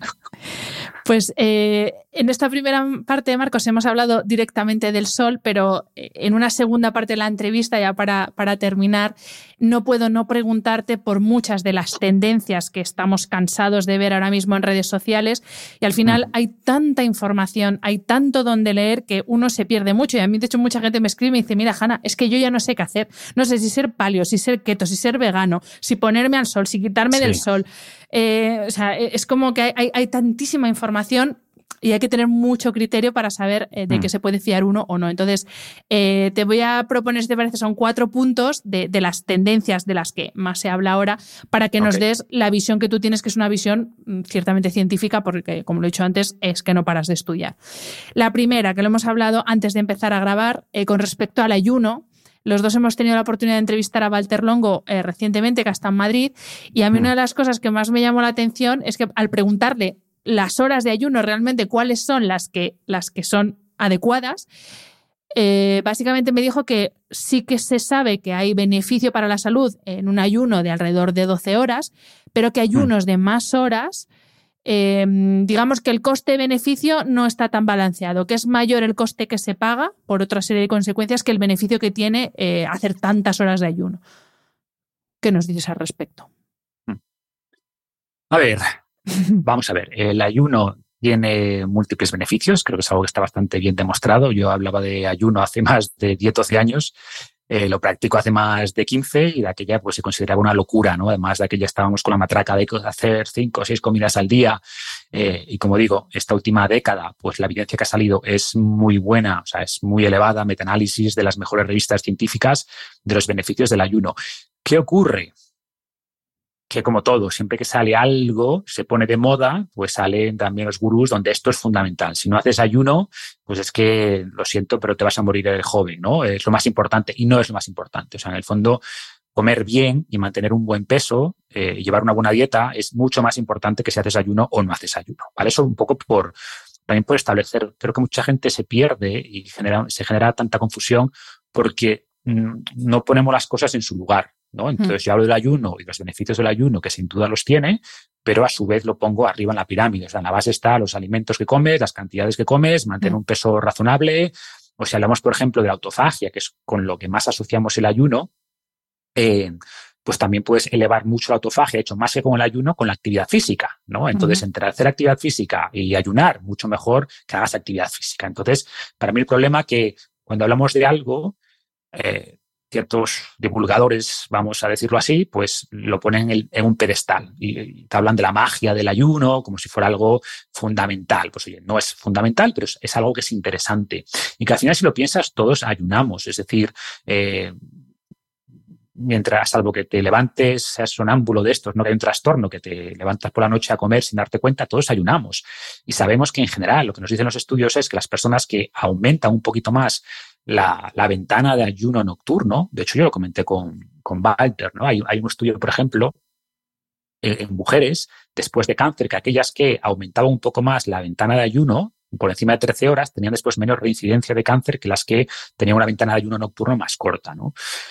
Pues eh, en esta primera parte, Marcos, hemos hablado directamente del sol, pero en una segunda parte de la entrevista, ya para, para terminar, no puedo no preguntarte por muchas de las tendencias que estamos cansados de ver ahora mismo en redes sociales y al final mm. hay tanta información, hay tanto donde leer que uno se pierde mucho. Y a mí, de hecho, mucha gente me escribe y dice, mira, Hanna, es que yo ya no sé qué hacer. No sé si ser paleo, si ser keto, si ser vegano, si ponerme al sol, si quitarme sí. del sol. Eh, o sea, es como que hay, hay, hay tantísima información y hay que tener mucho criterio para saber eh, de mm. qué se puede fiar uno o no. Entonces, eh, te voy a proponer, si te parece, son cuatro puntos de, de las tendencias de las que más se habla ahora para que okay. nos des la visión que tú tienes, que es una visión ciertamente científica, porque, como lo he dicho antes, es que no paras de estudiar. La primera, que lo hemos hablado antes de empezar a grabar, eh, con respecto al ayuno. Los dos hemos tenido la oportunidad de entrevistar a Walter Longo eh, recientemente, que está en Madrid, y a mí mm. una de las cosas que más me llamó la atención es que al preguntarle las horas de ayuno realmente cuáles son las que, las que son adecuadas, eh, básicamente me dijo que sí que se sabe que hay beneficio para la salud en un ayuno de alrededor de doce horas, pero que ayunos mm. de más horas, eh, digamos que el coste-beneficio no está tan balanceado, que es mayor el coste que se paga por otra serie de consecuencias que el beneficio que tiene eh, hacer tantas horas de ayuno. ¿Qué nos dices al respecto? A ver, vamos a ver. El ayuno tiene múltiples beneficios, creo que es algo que está bastante bien demostrado. Yo hablaba de ayuno hace más de diez, doce años. Eh, lo practico hace más de quince y de aquella pues se consideraba una locura, ¿no? Además de aquella estábamos con la matraca de hacer cinco o seis comidas al día eh, y como digo, esta última década pues la evidencia que ha salido es muy buena, o sea, es muy elevada, metaanálisis de las mejores revistas científicas de los beneficios del ayuno. ¿Qué ocurre? Que como todo, siempre que sale algo, se pone de moda, pues salen también los gurús donde esto es fundamental. Si no haces ayuno, pues es que, lo siento, pero te vas a morir joven, ¿no? Es lo más importante y no es lo más importante. O sea, en el fondo, comer bien y mantener un buen peso, eh, llevar una buena dieta es mucho más importante que si haces ayuno o no haces ayuno, ¿vale? Eso un poco por, también por establecer, creo que mucha gente se pierde y genera, se genera tanta confusión porque mm, no ponemos las cosas en su lugar, ¿no? Entonces, yo hablo del ayuno y los beneficios del ayuno, que sin duda los tiene, pero a su vez lo pongo arriba en la pirámide. O sea, en la base está los alimentos que comes, las cantidades que comes, mantener un peso razonable. O si hablamos, por ejemplo, de la autofagia, que es con lo que más asociamos el ayuno, eh, pues también puedes elevar mucho la autofagia, hecho más que con el ayuno, con la actividad física, ¿no? Entonces, uh-huh. entre hacer actividad física y ayunar, mucho mejor que hagas actividad física. Entonces, para mí el problema es que cuando hablamos de algo, eh, ciertos divulgadores, vamos a decirlo así, pues lo ponen en, el, en un pedestal y, y te hablan de la magia del ayuno como si fuera algo fundamental. Pues oye, no es fundamental, pero es, es algo que es interesante. Y que al final, si lo piensas, todos ayunamos. Es decir, eh, mientras, salvo que te levantes, seas sonámbulo de estos, no que hay un trastorno, que te levantas por la noche a comer sin darte cuenta, todos ayunamos. Y sabemos que en general lo que nos dicen los estudios es que las personas que aumentan un poquito más La, la ventana de ayuno nocturno, de hecho yo lo comenté con, con Walter, ¿no? Hay, hay un estudio, por ejemplo, en, en mujeres después de cáncer, que aquellas que aumentaban un poco más la ventana de ayuno, por encima de trece horas, tenían después menos reincidencia de cáncer que las que tenían una ventana de ayuno nocturno más corta, ¿no?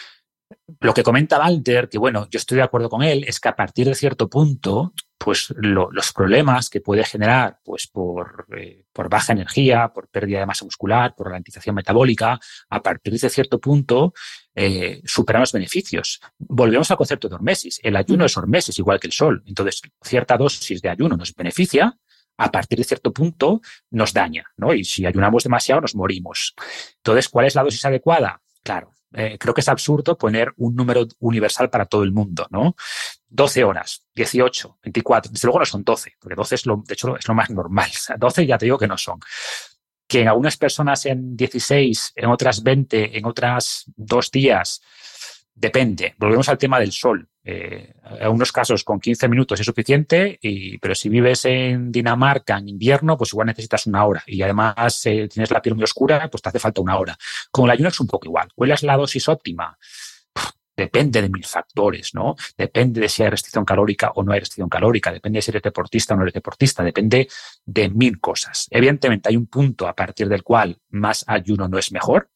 Lo que comenta Walter, que bueno, yo estoy de acuerdo con él, es que a partir de cierto punto, pues lo, los problemas que puede generar pues por, eh, por baja energía, por pérdida de masa muscular, por ralentización metabólica, a partir de cierto punto eh, superan los beneficios. Volvemos al concepto de hormesis. El ayuno es hormesis, igual que el sol. Entonces, cierta dosis de ayuno nos beneficia, a partir de cierto punto nos daña, ¿no? Y si ayunamos demasiado nos morimos. Entonces, ¿cuál es la dosis adecuada? Claro. Eh, creo que es absurdo poner un número universal para todo el mundo, ¿no? doce horas, dieciocho, veinticuatro, desde luego no son doce, porque doce es lo, de hecho, es lo más normal. O sea, doce ya te digo que no son. Que en algunas personas en dieciséis, en otras veinte, en otras dos días, depende. Volvemos al tema del sol. Eh, en unos casos con quince minutos es suficiente, y, pero si vives en Dinamarca en invierno, pues igual necesitas una hora. Y además eh, tienes la piel muy oscura, pues te hace falta una hora. Con el ayuno es un poco igual. ¿Cuál es la dosis óptima? Pff, depende de mil factores, ¿no? Depende de si hay restricción calórica o no hay restricción calórica. Depende de si eres deportista o no eres deportista. Depende de mil cosas. Evidentemente hay un punto a partir del cual más ayuno no es mejor.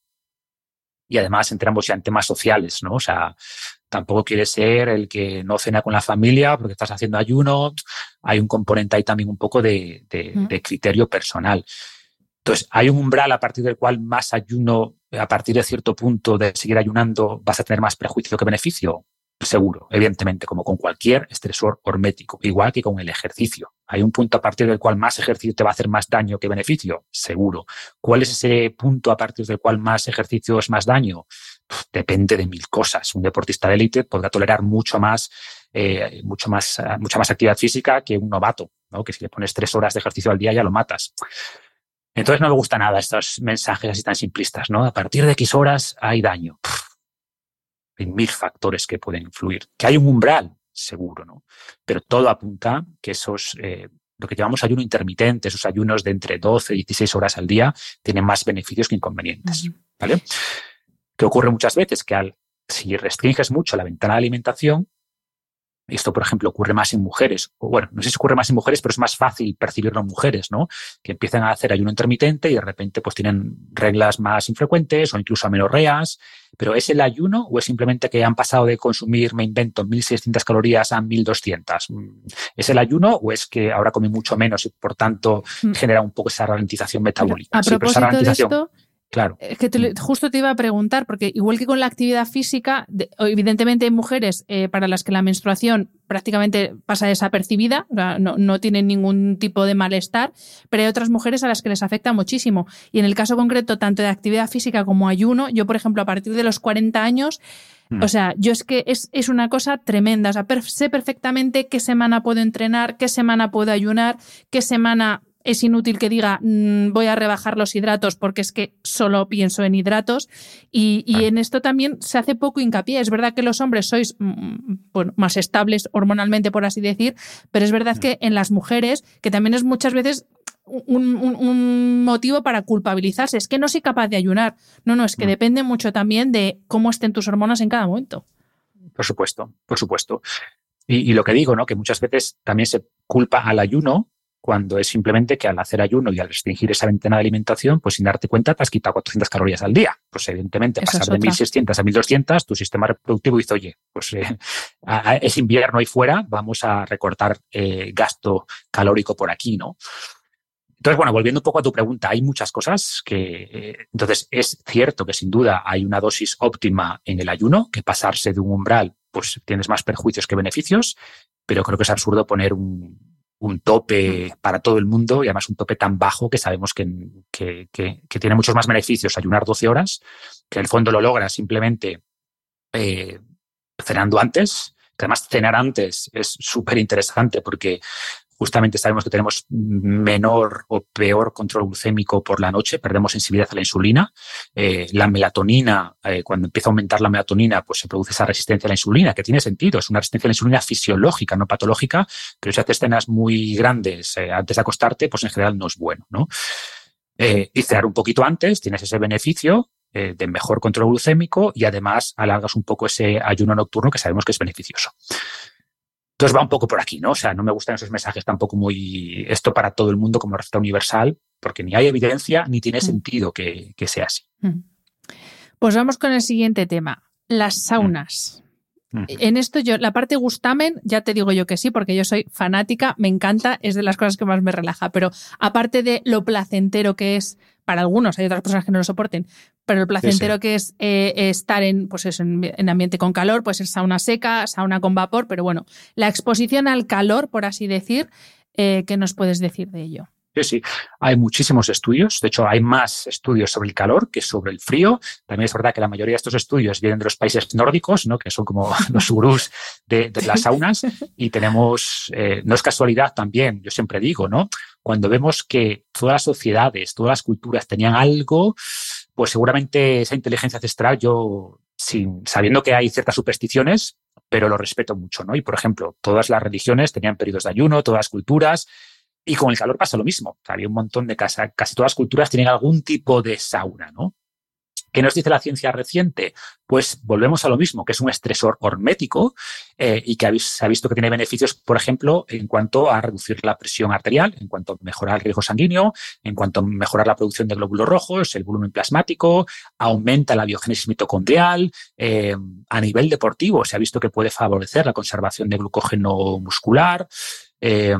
Y además entramos ya en temas sociales, ¿no? O sea, tampoco quieres ser el que no cena con la familia porque estás haciendo ayuno. Hay un componente ahí también un poco de, de, de criterio personal. Entonces, hay un umbral a partir del cual más ayuno, a partir de cierto punto de seguir ayunando, vas a tener más prejuicio que beneficio. Seguro, evidentemente, como con cualquier estresor hormético, igual que con el ejercicio. ¿Hay un punto a partir del cual más ejercicio te va a hacer más daño que beneficio? Seguro. ¿Cuál es ese punto a partir del cual más ejercicio es más daño? Pues depende de mil cosas. Un deportista de élite podrá tolerar mucho más, eh, mucho más, uh, mucha más actividad física que un novato, ¿no? Que si le pones tres horas de ejercicio al día ya lo matas. Entonces no me gusta nada estos mensajes así tan simplistas, ¿no? A partir de X horas hay daño. Pff. Hay mil factores que pueden influir. Que hay un umbral, seguro, ¿no? Pero todo apunta que esos, eh, lo que llamamos ayuno intermitente, esos ayunos de entre doce y dieciséis horas al día, tienen más beneficios que inconvenientes, uh-huh. ¿Vale? ¿Qué ocurre muchas veces? Que al, si restringes mucho la ventana de alimentación, esto, por ejemplo, ocurre más en mujeres, o bueno, no sé si ocurre más en mujeres, pero es más fácil percibirlo en mujeres, ¿no? Que empiezan a hacer ayuno intermitente y de repente pues tienen reglas más infrecuentes o incluso amenorreas. ¿Pero es el ayuno o es simplemente que han pasado de consumir, me invento, mil seiscientas calorías a mil doscientas? ¿Es el ayuno o es que ahora come mucho menos y por tanto genera un poco esa ralentización metabólica? A sí, propósito pero esa ralentización, de esto... Claro. Es que te, justo te iba a preguntar, porque igual que con la actividad física, de, evidentemente hay mujeres eh, para las que la menstruación prácticamente pasa desapercibida, o sea, no, no tienen ningún tipo de malestar, pero hay otras mujeres a las que les afecta muchísimo. Y en el caso concreto, tanto de actividad física como ayuno, yo, por ejemplo, a partir de los cuarenta años, mm. o sea, yo es que es, es una cosa tremenda. O sea, per, sé perfectamente qué semana puedo entrenar, qué semana puedo ayunar, qué semana es inútil que diga mmm, voy a rebajar los hidratos porque es que solo pienso en hidratos y, y en esto también se hace poco hincapié. Es verdad que los hombres sois mmm, bueno, más estables hormonalmente, por así decir, pero es verdad que en las mujeres, que también es muchas veces un, un, un motivo para culpabilizarse, es que no soy capaz de ayunar. No, no, es que depende mucho también de cómo estén tus hormonas en cada momento. Por supuesto, por supuesto. Y, y lo que digo, ¿no? Que muchas veces también se culpa al ayuno cuando es simplemente que al hacer ayuno y al restringir esa ventana de alimentación, pues sin darte cuenta te has quitado cuatrocientas calorías al día. Pues evidentemente Esa pasar es de otra. mil seiscientas a mil doscientas, tu sistema reproductivo dice, oye, pues eh, a, a, es invierno ahí fuera, vamos a recortar eh, gasto calórico por aquí, ¿no? Entonces, bueno, volviendo un poco a tu pregunta, hay muchas cosas que... Eh, entonces, es cierto que sin duda hay una dosis óptima en el ayuno, que pasarse de un umbral, pues tienes más perjuicios que beneficios, pero creo que es absurdo poner un, un tope para todo el mundo y además un tope tan bajo que sabemos que, que, que, que tiene muchos más beneficios ayunar doce horas, que en el fondo lo logras simplemente eh, cenando antes, que además cenar antes es súper interesante porque justamente sabemos que tenemos menor o peor control glucémico por la noche, perdemos sensibilidad a la insulina. Eh, la melatonina, eh, cuando empieza a aumentar la melatonina, pues se produce esa resistencia a la insulina, que tiene sentido, es una resistencia a la insulina fisiológica, no patológica, pero si haces cenas muy grandes eh, antes de acostarte, pues en general no es bueno, ¿no? Eh, y cenar un poquito antes, tienes ese beneficio eh, de mejor control glucémico y además alargas un poco ese ayuno nocturno que sabemos que es beneficioso. Entonces va un poco por aquí, ¿no? O sea, no me gustan esos mensajes tampoco muy... Esto para todo el mundo como receta universal, porque ni hay evidencia ni tiene sentido que, que sea así. Pues vamos con el siguiente tema, las saunas. Mm. En esto yo, la parte gustamen, ya te digo yo que sí, porque yo soy fanática, me encanta, es de las cosas que más me relaja, pero aparte de lo placentero que es, para algunos, hay otras personas que no lo soporten, pero el placentero sí, sí. que es eh, estar en, pues eso, en, en ambiente con calor, pues es sauna seca, sauna con vapor, pero bueno, la exposición al calor, por así decir, eh, ¿qué nos puedes decir de ello? Sí, sí, hay muchísimos estudios. De hecho, hay más estudios sobre el calor que sobre el frío. También es verdad que la mayoría de estos estudios vienen de los países nórdicos, ¿no? Que son como los gurús de, de las saunas. Y tenemos, eh, no es casualidad también, yo siempre digo, ¿no? Cuando vemos que todas las sociedades, todas las culturas tenían algo, pues seguramente esa inteligencia ancestral, yo, sin, sabiendo que hay ciertas supersticiones, pero lo respeto mucho, ¿no? Y, por ejemplo, todas las religiones tenían periodos de ayuno, todas las culturas. Y con el calor pasa lo mismo. O sea, había un montón de casas, casi todas las culturas tienen algún tipo de sauna, ¿no? ¿Qué nos dice la ciencia reciente? Pues volvemos a lo mismo, que es un estresor hormético eh, y que se ha visto que tiene beneficios, por ejemplo, en cuanto a reducir la presión arterial, en cuanto a mejorar el riesgo sanguíneo, en cuanto a mejorar la producción de glóbulos rojos, el volumen plasmático, aumenta la biogénesis mitocondrial. Eh, a nivel deportivo se ha visto que puede favorecer la conservación de glucógeno muscular. Eh,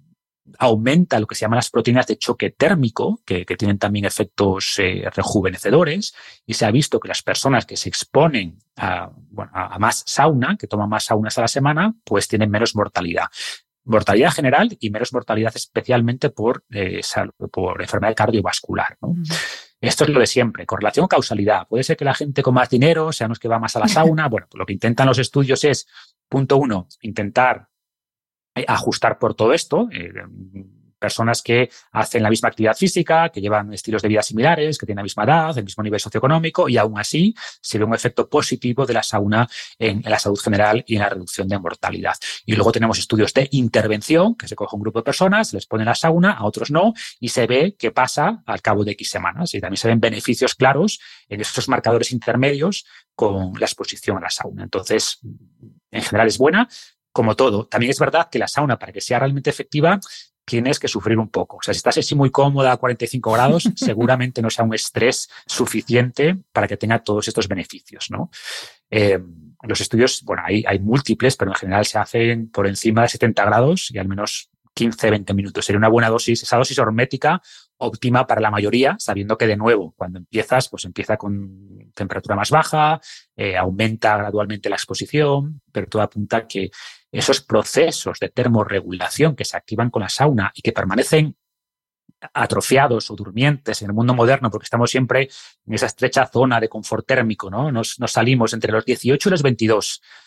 aumenta lo que se llaman las proteínas de choque térmico, que, que tienen también efectos eh, rejuvenecedores, y se ha visto que las personas que se exponen a, bueno, a más sauna, que toman más saunas a la semana, pues tienen menos mortalidad. Mortalidad general y menos mortalidad especialmente por, eh, por enfermedad cardiovascular, ¿no? Mm. Esto es lo de siempre, correlación o causalidad. Puede ser que la gente con más dinero sean los que va más a la sauna. Bueno, pues lo que intentan los estudios es, punto uno, intentar ajustar por todo esto, eh, personas que hacen la misma actividad física, que llevan estilos de vida similares, que tienen la misma edad, el mismo nivel socioeconómico, y aún así se ve un efecto positivo de la sauna en, en la salud general y en la reducción de mortalidad. Y luego tenemos estudios de intervención, que se coge un grupo de personas, se les pone la sauna, a otros no, y se ve qué pasa al cabo de X semanas. Y también se ven beneficios claros en estos marcadores intermedios con la exposición a la sauna. Entonces, en general es buena. Como todo, también es verdad que la sauna, para que sea realmente efectiva, tienes que sufrir un poco. O sea, si estás así muy cómoda a cuarenta y cinco grados, seguramente no sea un estrés suficiente para que tenga todos estos beneficios, ¿no? Eh, los estudios, bueno, hay, hay múltiples, pero en general se hacen por encima de setenta grados y al menos quince a veinte minutos. Sería una buena dosis, esa dosis hormética óptima para la mayoría, sabiendo que, de nuevo, cuando empiezas, pues empieza con temperatura más baja, eh, aumenta gradualmente la exposición, pero todo apunta a que esos procesos de termorregulación que se activan con la sauna y que permanecen atrofiados o durmientes en el mundo moderno, porque estamos siempre en esa estrecha zona de confort térmico, ¿no? Nos, nos salimos entre los dieciocho y los veintidós.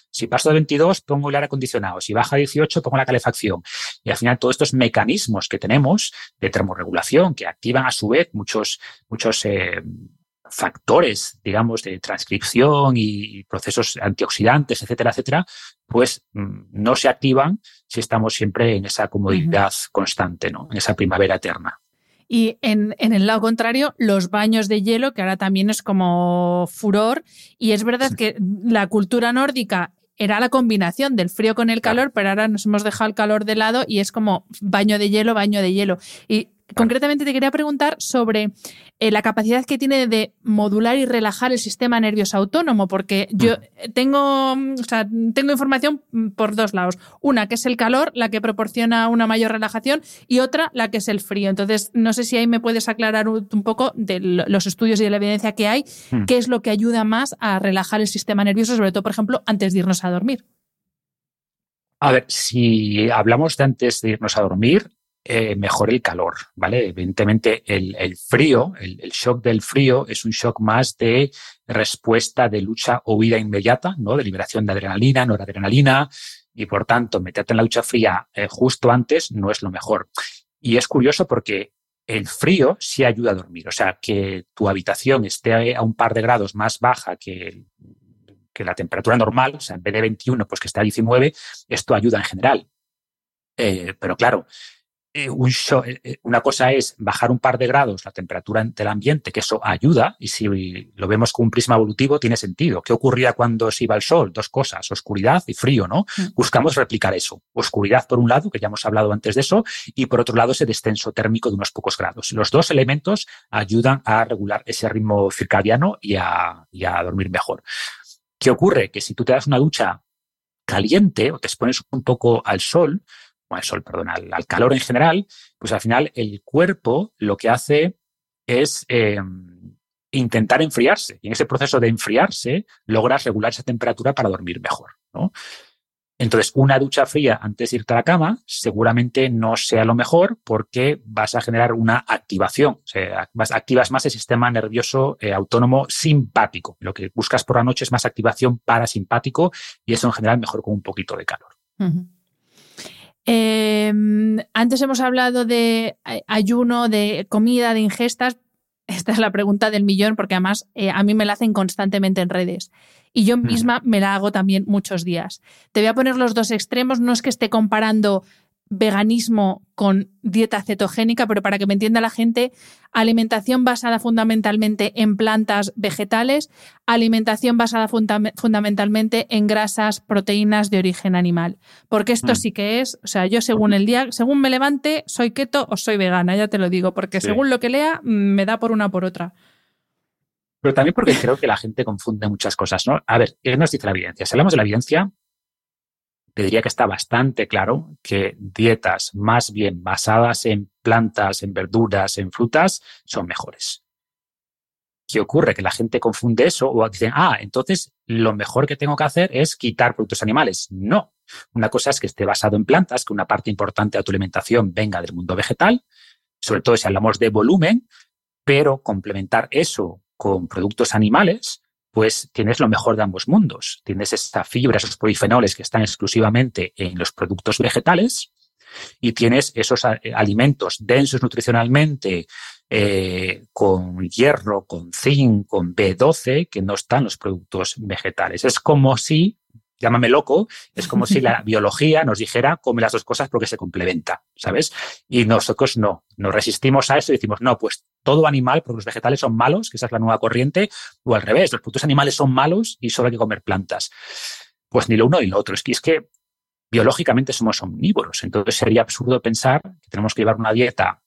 Si paso de veintidós, pongo el aire acondicionado. Si baja a dieciocho, pongo la calefacción. Y al final todos estos mecanismos que tenemos de termorregulación que activan a su vez muchos, muchos eh, factores, digamos, de transcripción y procesos antioxidantes, etcétera, etcétera, pues no se activan si estamos siempre en esa comodidad uh-huh. constante, ¿no? En esa primavera eterna. Y en, en el lado contrario, los baños de hielo, que ahora también es como furor. Y es verdad sí. que la cultura nórdica era la combinación del frío con el calor, claro. pero ahora nos hemos dejado el calor de lado y es como baño de hielo, baño de hielo. Y concretamente te quería preguntar sobre eh, la capacidad que tiene de modular y relajar el sistema nervioso autónomo, porque yo tengo, o sea, tengo información por dos lados. Una, que es el calor, la que proporciona una mayor relajación, y otra, la que es el frío. Entonces, no sé si ahí me puedes aclarar un, un poco de los estudios y de la evidencia que hay, mm. qué es lo que ayuda más a relajar el sistema nervioso, sobre todo, por ejemplo, antes de irnos a dormir. A ver, si hablamos de antes de irnos a dormir, Eh, mejor el calor, ¿vale? Evidentemente el, el frío, el, el shock del frío es un shock más de respuesta de lucha o huida inmediata, ¿no? De liberación de adrenalina, noradrenalina, y por tanto meterte en la ducha fría eh, justo antes no es lo mejor. Y es curioso porque el frío sí ayuda a dormir, o sea, que tu habitación esté a un par de grados más baja que, que la temperatura normal, o sea, en vez de veintiuno, pues que esté a diecinueve, esto ayuda en general. Eh, pero claro, Un show, una cosa es bajar un par de grados la temperatura del ambiente, que eso ayuda, y si lo vemos con un prisma evolutivo tiene sentido. ¿Qué ocurría cuando se iba al sol? Dos cosas, oscuridad y frío, ¿no? Mm. Buscamos replicar eso. Oscuridad por un lado, que ya hemos hablado antes de eso, y por otro lado ese descenso térmico de unos pocos grados. Los dos elementos ayudan a regular ese ritmo circadiano y a, y a dormir mejor. ¿Qué ocurre? Que si tú te das una ducha caliente o te expones un poco al sol, al sol, perdón, al, al calor en general, pues al final el cuerpo lo que hace es eh, intentar enfriarse. Y en ese proceso de enfriarse logras regular esa temperatura para dormir mejor, ¿no? Entonces, una ducha fría antes de irte a la cama seguramente no sea lo mejor porque vas a generar una activación. O sea, vas, activas más el sistema nervioso eh, autónomo simpático. Lo que buscas por la noche es más activación parasimpático y eso en general mejor con un poquito de calor. Uh-huh. Eh, antes hemos hablado de ayuno, de comida, de ingestas. Esta es la pregunta del millón porque además eh, a mí me la hacen constantemente en redes y yo misma me la hago también muchos días. Te voy a poner los dos extremos, no es que esté comparando veganismo con dieta cetogénica, pero para que me entienda la gente, alimentación basada fundamentalmente en plantas vegetales, alimentación basada funda- fundamentalmente en grasas, proteínas de origen animal. Porque esto mm. sí que es, o sea, yo según el día, según me levante, soy keto o soy vegana, ya te lo digo, porque sí. según lo que lea, me da por una por otra. Pero también porque creo que la gente confunde muchas cosas, ¿no? A ver, ¿qué nos dice la evidencia? Si hablamos de la evidencia, te diría que está bastante claro que dietas más bien basadas en plantas, en verduras, en frutas, son mejores. ¿Qué ocurre? Que la gente confunde eso o dicen, ah, entonces lo mejor que tengo que hacer es quitar productos animales. No. Una cosa es que esté basado en plantas, que una parte importante de tu alimentación venga del mundo vegetal, sobre todo si hablamos de volumen, pero complementar eso con productos animales, pues tienes lo mejor de ambos mundos. Tienes esa fibra, esos polifenoles que están exclusivamente en los productos vegetales y tienes esos alimentos densos nutricionalmente eh, con hierro, con zinc, con B doce que no están en los productos vegetales. Es como si, llámame loco, es como si la biología nos dijera come las dos cosas porque se complementa, ¿sabes? Y nosotros no, nos resistimos a eso y decimos, no, pues todo animal, porque los vegetales son malos, que esa es la nueva corriente, o al revés, los productos animales son malos y solo hay que comer plantas. Pues ni lo uno ni lo otro. Es que, es que biológicamente somos omnívoros, entonces sería absurdo pensar que tenemos que llevar una dieta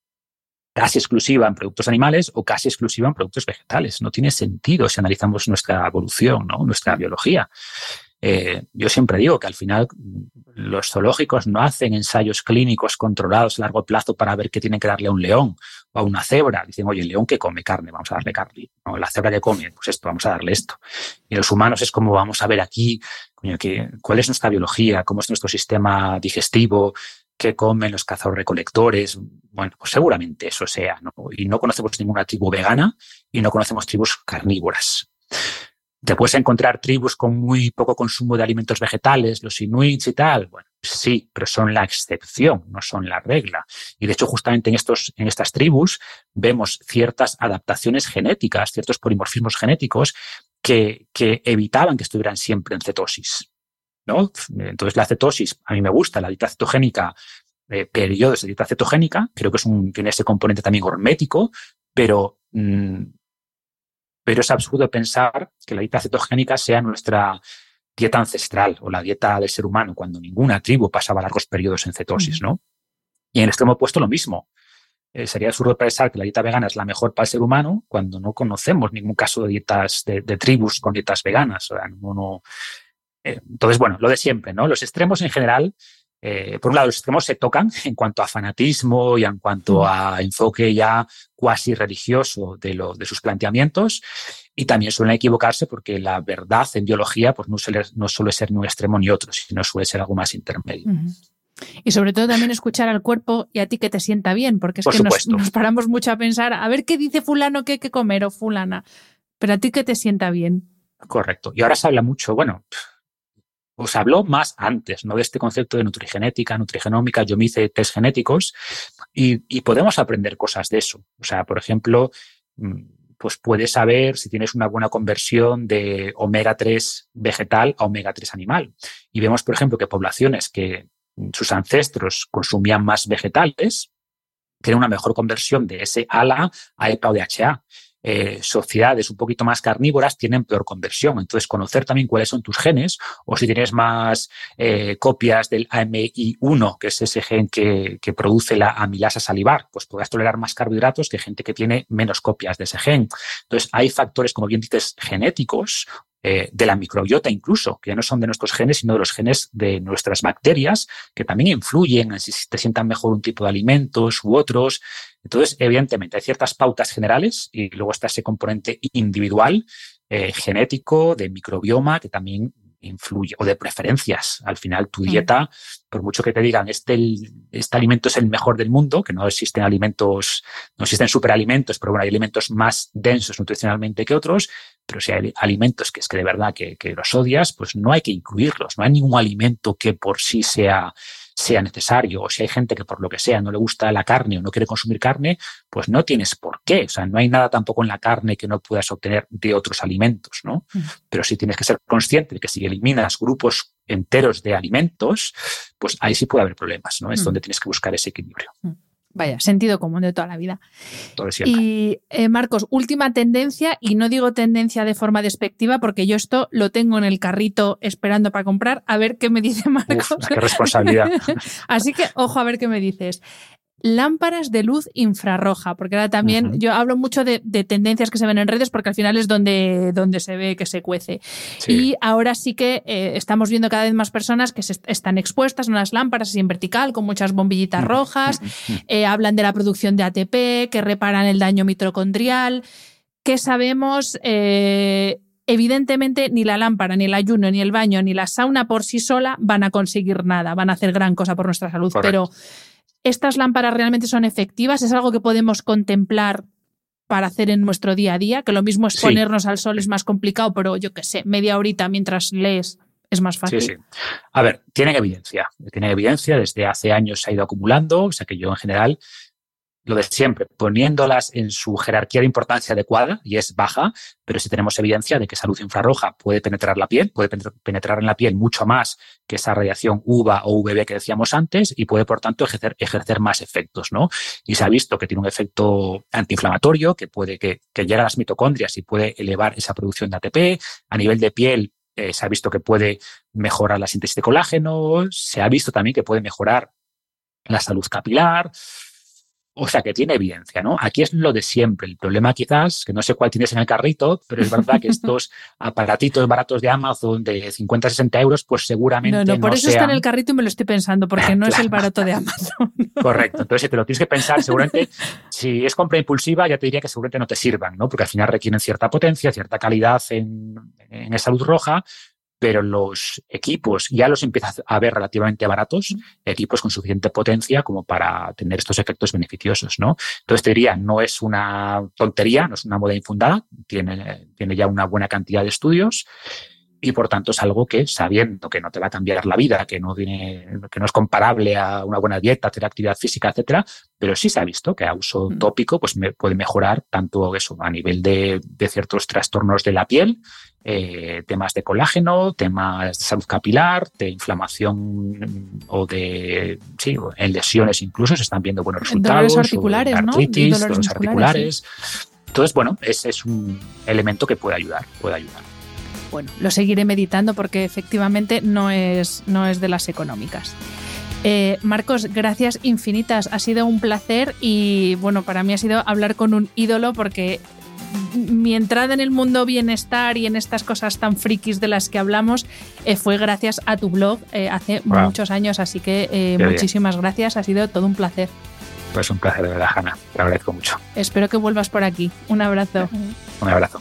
casi exclusiva en productos animales o casi exclusiva en productos vegetales. No tiene sentido si analizamos nuestra evolución, ¿no? Nuestra biología. Eh, yo siempre digo que al final los zoológicos no hacen ensayos clínicos controlados a largo plazo para ver qué tienen que darle a un león o a una cebra. Dicen, oye, el león que come carne, vamos a darle carne. No, la cebra que come, pues esto, vamos a darle esto. Y los humanos es como vamos a ver aquí, coño, que, cuál es nuestra biología, cómo es nuestro sistema digestivo, qué comen los cazadores-recolectores. Bueno, pues seguramente eso sea, ¿no? Y no conocemos ninguna tribu vegana y no conocemos tribus carnívoras. ¿Te puedes encontrar tribus con muy poco consumo de alimentos vegetales, los inuits y tal? Bueno, sí, pero son la excepción, no son la regla. Y de hecho, justamente en, estos, en estas tribus vemos ciertas adaptaciones genéticas, ciertos polimorfismos genéticos que, que evitaban que estuvieran siempre en cetosis, ¿no? Entonces, la cetosis, a mí me gusta, la dieta cetogénica, eh, periodos de dieta cetogénica, creo que es un, tiene ese componente también hormético, pero... Mmm, Pero es absurdo pensar que la dieta cetogénica sea nuestra dieta ancestral o la dieta del ser humano, cuando ninguna tribu pasaba largos periodos en cetosis, ¿no? Y en el extremo opuesto lo mismo. Eh, sería absurdo pensar que la dieta vegana es la mejor para el ser humano cuando no conocemos ningún caso de dietas de, de tribus con dietas veganas. O sea, no, no, eh, entonces, bueno, lo de siempre, ¿no? Los extremos en general, eh, por un lado, los extremos se tocan en cuanto a fanatismo y en cuanto a enfoque ya cuasi religioso de, lo, de sus planteamientos, y también suelen equivocarse porque la verdad en biología pues no suele, no suele ser ni un extremo ni otro, sino suele ser algo más intermedio. Uh-huh. Y sobre todo también escuchar al cuerpo y a ti que te sienta bien, porque es por que nos, supuesto. nos paramos mucho a pensar, a ver qué dice fulano que hay que comer o fulana, pero a ti que te sienta bien. Correcto. Y ahora se habla mucho, bueno... Os habló más antes, ¿no? De este concepto de nutrigenética, nutrigenómica. Yo me hice test genéticos y, y podemos aprender cosas de eso. O sea, por ejemplo, pues puedes saber si tienes una buena conversión de omega tres vegetal a omega tres animal. Y vemos, por ejemplo, que poblaciones que sus ancestros consumían más vegetales tienen una mejor conversión de ese A L A a E P A o D H A. Eh, sociedades un poquito más carnívoras tienen peor conversión. Entonces, conocer también cuáles son tus genes, o si tienes más eh, copias del A M I uno, que es ese gen que, que produce la amilasa salivar, pues podrás tolerar más carbohidratos que gente que tiene menos copias de ese gen. Entonces, hay factores, como bien dices, genéticos, eh, de la microbiota incluso, que ya no son de nuestros genes, sino de los genes de nuestras bacterias, que también influyen en si te sientan mejor un tipo de alimentos u otros. Entonces, evidentemente, hay ciertas pautas generales y luego está ese componente individual, eh, genético, de microbioma, que también influye, o de preferencias. Al final, tu dieta, por mucho que te digan, este, este alimento es el mejor del mundo, que no existen alimentos, no existen superalimentos, pero bueno, hay alimentos más densos nutricionalmente que otros, pero si hay alimentos que es que de verdad que, que los odias, pues no hay que incluirlos. No hay ningún alimento que por sí sea... sea necesario, o si hay gente que por lo que sea no le gusta la carne o no quiere consumir carne, pues no tienes por qué. O sea, no hay nada tampoco en la carne que no puedas obtener de otros alimentos, ¿no? Mm. Pero sí tienes que ser consciente de que si eliminas grupos enteros de alimentos, pues ahí sí puede haber problemas, ¿no? Es mm. donde tienes que buscar ese equilibrio. Mm. Vaya, sentido común de toda la vida. Todo siempre. Y, eh, Marcos, última tendencia, y no digo tendencia de forma despectiva, porque yo esto lo tengo en el carrito esperando para comprar, a ver qué me dice Marcos. Uf, qué responsabilidad. Así que, ojo, a ver qué me dices. Lámparas de luz infrarroja, porque ahora también uh-huh. yo hablo mucho de, de tendencias que se ven en redes, porque al final es donde, donde se ve que se cuece. Sí. Y ahora sí que eh, estamos viendo cada vez más personas que se están expuestas a unas lámparas así en vertical, con muchas bombillitas uh-huh. rojas, uh-huh. eh, hablan de la producción de A T P, que reparan el daño mitocondrial. ¿Qué sabemos? Eh, evidentemente ni la lámpara, ni el ayuno, ni el baño, ni la sauna por sí sola van a conseguir nada, van a hacer gran cosa por nuestra salud. Correcto. Pero ¿estas lámparas realmente son efectivas? ¿Es algo que podemos contemplar para hacer en nuestro día a día? Que lo mismo exponernos sí. al sol es más complicado, pero yo qué sé, media horita mientras lees es más fácil. Sí, sí. A ver, tienen evidencia. Tienen evidencia, desde hace años se ha ido acumulando, o sea que yo en general, lo de siempre, poniéndolas en su jerarquía de importancia adecuada, y es baja, pero sí tenemos evidencia de que esa luz infrarroja puede penetrar la piel, puede penetrar en la piel mucho más que esa radiación U V A o U V B que decíamos antes, y puede, por tanto, ejercer, ejercer más efectos, ¿no? Y se ha visto que tiene un efecto antiinflamatorio, que puede que, que llega a las mitocondrias y puede elevar esa producción de A T P. A nivel de piel, eh, se ha visto que puede mejorar la síntesis de colágeno, se ha visto también que puede mejorar la salud capilar. O sea, que tiene evidencia, ¿no? Aquí es lo de siempre. El problema quizás, que no sé cuál tienes en el carrito, pero es verdad que estos aparatitos baratos de Amazon de cincuenta a sesenta euros, pues seguramente no No, no, por no eso sean... está en el carrito y me lo estoy pensando, porque no es el barato de Amazon. Correcto. Entonces, si te lo tienes que pensar, seguramente, si es compra impulsiva, ya te diría que seguramente no te sirvan, ¿no? Porque al final requieren cierta potencia, cierta calidad en, en esa luz roja, pero los equipos ya los empiezas a ver relativamente baratos, equipos con suficiente potencia como para tener estos efectos beneficiosos, ¿no? Entonces te diría, no es una tontería, no es una moda infundada, tiene, tiene ya una buena cantidad de estudios y por tanto es algo que, sabiendo que no te va a cambiar la vida, que no tiene, que no es comparable a una buena dieta, hacer actividad física, etcétera, pero sí se ha visto que a uso tópico pues me puede mejorar tanto eso a nivel de, de ciertos trastornos de la piel, eh, temas de colágeno, temas de salud capilar, de inflamación o de sí, en lesiones incluso se están viendo buenos resultados. Dolores articulares, ¿no? Artritis, dolores, dolores articulares. Sí. Entonces, bueno, ese es un elemento que puede ayudar, puede ayudar. Bueno, lo seguiré meditando porque efectivamente no es, no es de las económicas. Eh, Marcos, gracias infinitas. Ha sido un placer y bueno, para mí ha sido hablar con un ídolo porque mi entrada en el mundo bienestar y en estas cosas tan frikis de las que hablamos eh, fue gracias a tu blog eh, hace wow. muchos años. Así que eh, muchísimas gracias. Ha sido todo un placer. Pues un placer de verdad, Hanna. Te agradezco mucho. Espero que vuelvas por aquí. Un abrazo. Un abrazo.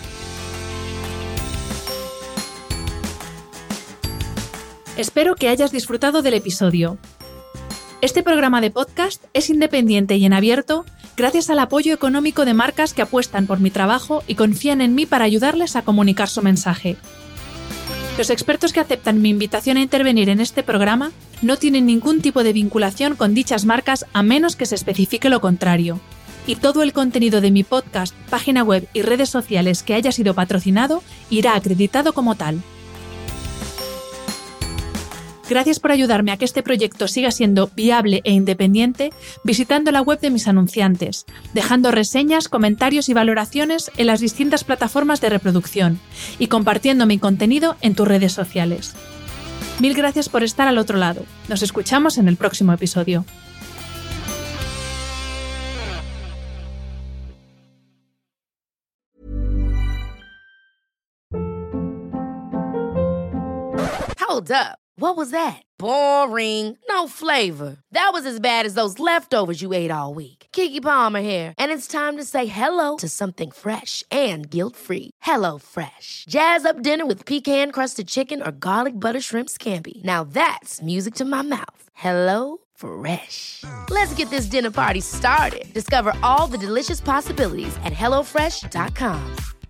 Espero que hayas disfrutado del episodio. Este programa de podcast es independiente y en abierto gracias al apoyo económico de marcas que apuestan por mi trabajo y confían en mí para ayudarles a comunicar su mensaje. Los expertos que aceptan mi invitación a intervenir en este programa no tienen ningún tipo de vinculación con dichas marcas a menos que se especifique lo contrario. Y todo el contenido de mi podcast, página web y redes sociales que haya sido patrocinado irá acreditado como tal. Gracias por ayudarme a que este proyecto siga siendo viable e independiente visitando la web de mis anunciantes, dejando reseñas, comentarios y valoraciones en las distintas plataformas de reproducción y compartiendo mi contenido en tus redes sociales. Mil gracias por estar al otro lado. Nos escuchamos en el próximo episodio. Hold up. What was that? Boring. No flavor. That was as bad as those leftovers you ate all week. Keke Palmer here, and it's time to say hello to something fresh and guilt-free. Hello Fresh. Jazz up dinner with pecan-crusted chicken or garlic butter shrimp scampi. Now that's music to my mouth. Hello Fresh. Let's get this dinner party started. Discover all the delicious possibilities at hello fresh dot com.